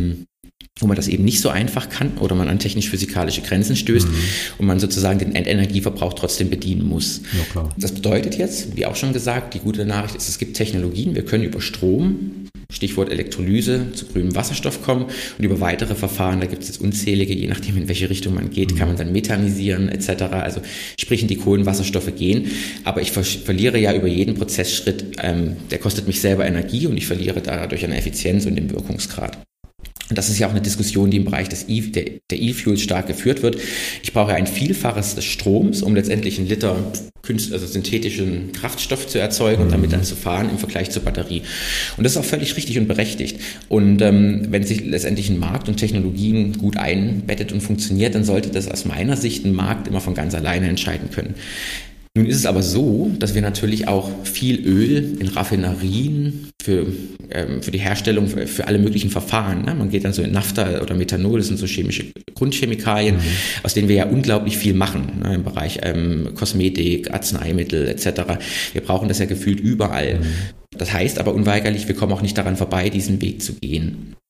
das eben nicht so einfach kann oder man an technisch-physikalische Grenzen stößt und man sozusagen den Endenergieverbrauch trotzdem bedienen muss. Ja, klar. Das bedeutet jetzt, wie auch schon gesagt, die gute Nachricht ist, es gibt Technologien, wir können über Strom, Stichwort Elektrolyse, zu grünem Wasserstoff kommen und über weitere Verfahren, da gibt es jetzt unzählige, je nachdem in welche Richtung man geht, kann man dann methanisieren etc. Also sprich in die Kohlenwasserstoffe gehen, aber ich verliere ja über jeden Prozessschritt, der kostet mich selber Energie und ich verliere dadurch an Effizienz und den Wirkungsgrad. Und das ist ja auch eine Diskussion, die im Bereich der E-Fuels stark geführt wird. Ich brauche ein Vielfaches des Stroms, um letztendlich einen Liter synthetischen Kraftstoff zu erzeugen und damit dann zu fahren im Vergleich zur Batterie. Und das ist auch völlig richtig und berechtigt. Und wenn sich letztendlich ein Markt und Technologien gut einbettet und funktioniert, dann sollte das aus meiner Sicht ein Markt immer von ganz alleine entscheiden können. Nun ist es aber so, dass wir natürlich auch viel Öl in Raffinerien für die Herstellung, für alle möglichen Verfahren, ne? Man geht dann so in Naphtha oder Methanol, das sind so chemische Grundchemikalien, aus denen wir ja unglaublich viel machen, ne? Im Bereich Kosmetik, Arzneimittel etc. Wir brauchen das ja gefühlt überall. Das heißt aber unweigerlich, wir kommen auch nicht daran vorbei, diesen Weg zu gehen.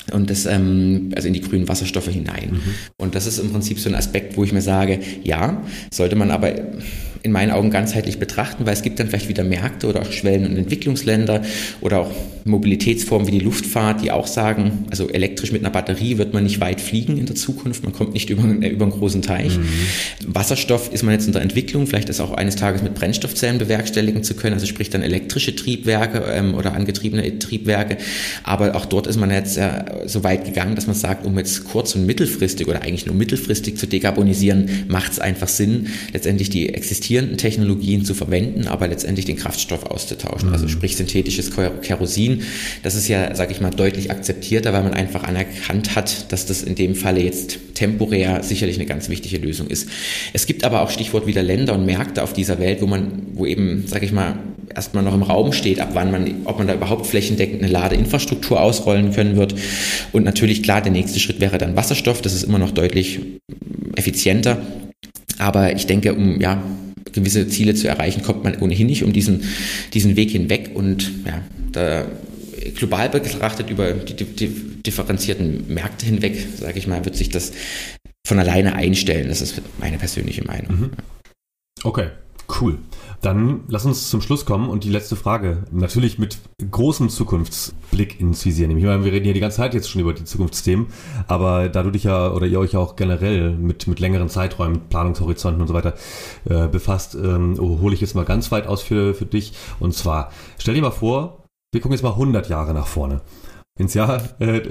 und das, also in die grünen Wasserstoffe hinein. Und das ist im Prinzip so ein Aspekt, wo ich mir sage, ja, sollte man aber in meinen Augen ganzheitlich betrachten, weil es gibt dann vielleicht wieder Märkte oder auch Schwellen- und Entwicklungsländer oder auch Mobilitätsformen wie die Luftfahrt, die auch sagen, also elektrisch mit einer Batterie wird man nicht weit fliegen in der Zukunft, man kommt nicht über einen großen Teich. Wasserstoff ist man jetzt in der Entwicklung, vielleicht ist auch eines Tages mit Brennstoffzellen bewerkstelligen zu können, also sprich dann elektrische Triebwerke oder angetriebene Triebwerke, aber auch dort ist man jetzt so weit gegangen, dass man sagt, um jetzt kurz- und mittelfristig oder eigentlich nur mittelfristig zu dekarbonisieren, macht es einfach Sinn, letztendlich die existierenden Technologien zu verwenden, aber letztendlich den Kraftstoff auszutauschen, also sprich synthetisches Kerosin. Das ist ja, sage ich mal, deutlich akzeptierter, weil man einfach anerkannt hat, dass das in dem Falle jetzt temporär sicherlich eine ganz wichtige Lösung ist. Es gibt aber auch Stichwort wieder Länder und Märkte auf dieser Welt, wo eben, sage ich mal, erstmal noch im Raum steht, ob man da überhaupt flächendeckend eine Ladeinfrastruktur ausrollen können wird. Und natürlich, klar, der nächste Schritt wäre dann Wasserstoff, das ist immer noch deutlich effizienter. Aber ich denke, um gewisse Ziele zu erreichen, kommt man ohnehin nicht um diesen Weg hinweg. Und ja, da global betrachtet über die differenzierten Märkte hinweg, sage ich mal, wird sich das von alleine einstellen. Das ist meine persönliche Meinung. Okay, cool. Dann lass uns zum Schluss kommen und die letzte Frage natürlich mit großem Zukunftsblick ins Visier nehmen. Ich meine, wir reden hier die ganze Zeit jetzt schon über die Zukunftsthemen, aber da du dich ja oder ihr euch auch generell mit längeren Zeiträumen, Planungshorizonten und so weiter befasst, hole ich jetzt mal ganz weit aus für dich. Und zwar, stell dir mal vor, wir gucken jetzt mal 100 Jahre nach vorne, ins Jahr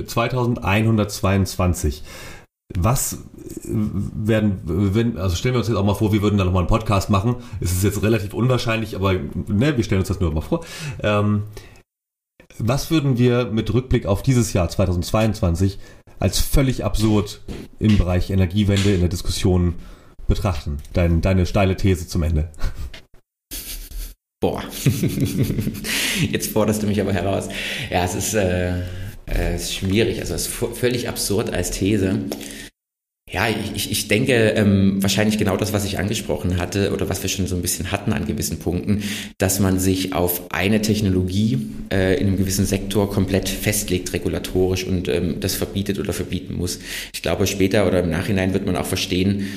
2122. Was also stellen wir uns jetzt auch mal vor, wir würden da nochmal einen Podcast machen. Es ist jetzt relativ unwahrscheinlich, aber wir stellen uns das nur mal vor. Was würden wir mit Rückblick auf dieses Jahr 2022 als völlig absurd im Bereich Energiewende in der Diskussion betrachten? Deine steile These zum Ende. Boah, jetzt forderst du mich aber heraus. Ja, es ist schwierig, also es ist völlig absurd als These. Ja, ich denke, wahrscheinlich genau das, was ich angesprochen hatte oder was wir schon so ein bisschen hatten an gewissen Punkten, dass man sich auf eine Technologie in einem gewissen Sektor komplett festlegt, regulatorisch und das verbietet oder verbieten muss. Ich glaube, später oder im Nachhinein wird man auch verstehen,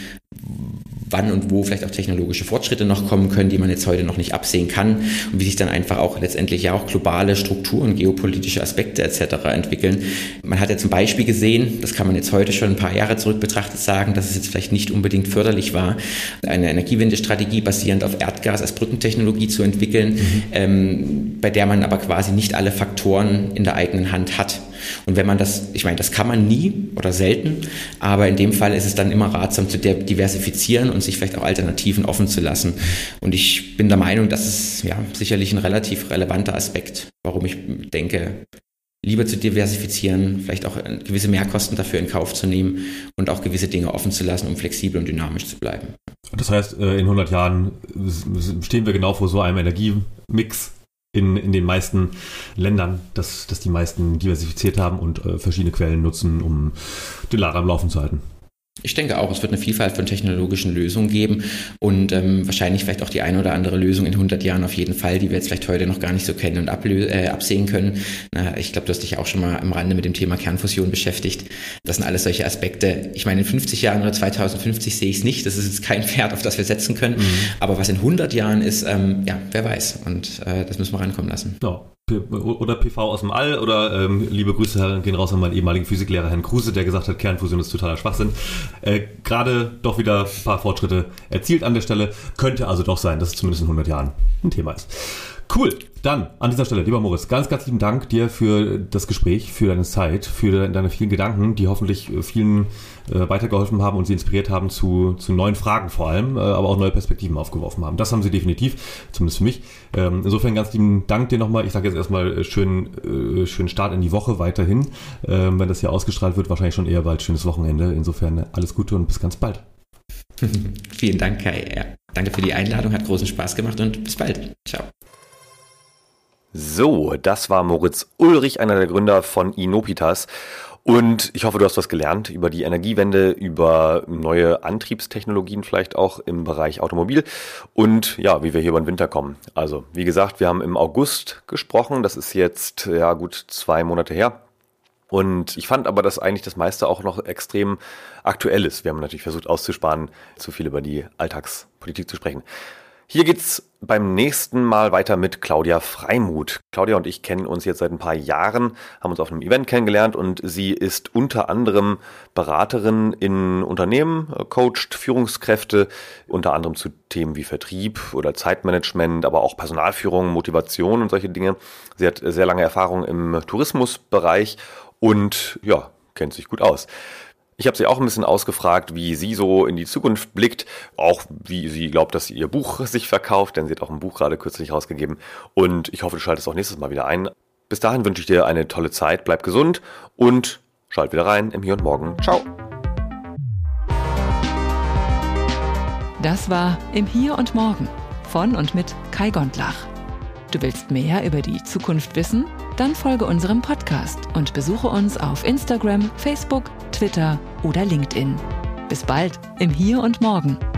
wann und wo vielleicht auch technologische Fortschritte noch kommen können, die man jetzt heute noch nicht absehen kann und wie sich dann einfach auch letztendlich ja auch globale Strukturen, geopolitische Aspekte etc. entwickeln. Man hat ja zum Beispiel gesehen, das kann man jetzt heute schon ein paar Jahre zurück betrachtet sagen, dass es jetzt vielleicht nicht unbedingt förderlich war, eine Energiewendestrategie basierend auf Erdgas als Brückentechnologie zu entwickeln, bei der man aber quasi nicht alle Faktoren in der eigenen Hand hat. Und wenn man das kann man nie oder selten, aber in dem Fall ist es dann immer ratsam zu diversifizieren und sich vielleicht auch Alternativen offen zu lassen. Und ich bin der Meinung, das ist ja sicherlich ein relativ relevanter Aspekt, warum ich denke, lieber zu diversifizieren, vielleicht auch gewisse Mehrkosten dafür in Kauf zu nehmen und auch gewisse Dinge offen zu lassen, um flexibel und dynamisch zu bleiben. Das heißt, in 100 Jahren stehen wir genau vor so einem Energiemix in den meisten Ländern, dass die meisten diversifiziert haben und verschiedene Quellen nutzen, um den Laden am Laufen zu halten. Ich denke auch, es wird eine Vielfalt von technologischen Lösungen geben und wahrscheinlich vielleicht auch die eine oder andere Lösung in 100 Jahren auf jeden Fall, die wir jetzt vielleicht heute noch gar nicht so kennen und absehen können. Ich glaube, du hast dich auch schon mal am Rande mit dem Thema Kernfusion beschäftigt. Das sind alles solche Aspekte. Ich meine, in 50 Jahren oder 2050 sehe ich es nicht. Das ist jetzt kein Pferd, auf das wir setzen können. Aber was in 100 Jahren ist, wer weiß. Und das müssen wir rankommen lassen. Ja. Oder PV aus dem All oder liebe Grüße gehen raus an meinen ehemaligen Physiklehrer Herrn Kruse, der gesagt hat, Kernfusion ist totaler Schwachsinn. Gerade doch wieder ein paar Fortschritte erzielt an der Stelle. Könnte also doch sein, dass es zumindest in 100 Jahren ein Thema ist. Cool, dann an dieser Stelle, lieber Moritz, ganz, ganz lieben Dank dir für das Gespräch, für deine Zeit, für deine vielen Gedanken, die hoffentlich vielen weitergeholfen haben und sie inspiriert haben zu neuen Fragen vor allem, aber auch neue Perspektiven aufgeworfen haben. Das haben sie definitiv, zumindest für mich. Insofern ganz lieben Dank dir nochmal. Ich sage jetzt erstmal schönen Start in die Woche weiterhin. Wenn das hier ausgestrahlt wird, wahrscheinlich schon eher bald schönes Wochenende. Insofern alles Gute und bis ganz bald. Vielen Dank, Kai. Ja, danke für die Einladung, hat großen Spaß gemacht und bis bald. Ciao. So, das war Moritz Ulrich, einer der Gründer von Inopitas. Und ich hoffe, du hast was gelernt über die Energiewende, über neue Antriebstechnologien vielleicht auch im Bereich Automobil und ja, wie wir hier über den Winter kommen. Also, wie gesagt, wir haben im August gesprochen, das ist jetzt ja gut 2 Monate her. Und ich fand aber, dass eigentlich das meiste auch noch extrem aktuell ist. Wir haben natürlich versucht auszusparen, zu viel über die Alltagspolitik zu sprechen. Hier geht's beim nächsten Mal weiter mit Claudia Freimuth. Claudia und ich kennen uns jetzt seit ein paar Jahren, haben uns auf einem Event kennengelernt und sie ist unter anderem Beraterin in Unternehmen, coacht Führungskräfte, unter anderem zu Themen wie Vertrieb oder Zeitmanagement, aber auch Personalführung, Motivation und solche Dinge. Sie hat sehr lange Erfahrung im Tourismusbereich und ja, kennt sich gut aus. Ich habe sie auch ein bisschen ausgefragt, wie sie so in die Zukunft blickt, auch wie sie glaubt, dass ihr Buch sich verkauft, denn sie hat auch ein Buch gerade kürzlich rausgegeben. Und ich hoffe, du schaltest auch nächstes Mal wieder ein. Bis dahin wünsche ich dir eine tolle Zeit, bleib gesund und schalt wieder rein im Hier und Morgen. Ciao! Das war Im Hier und Morgen von und mit Kai Gondlach. Du willst mehr über die Zukunft wissen? Dann folge unserem Podcast und besuche uns auf Instagram, Facebook, Twitter oder LinkedIn. Bis bald im Hier und Morgen.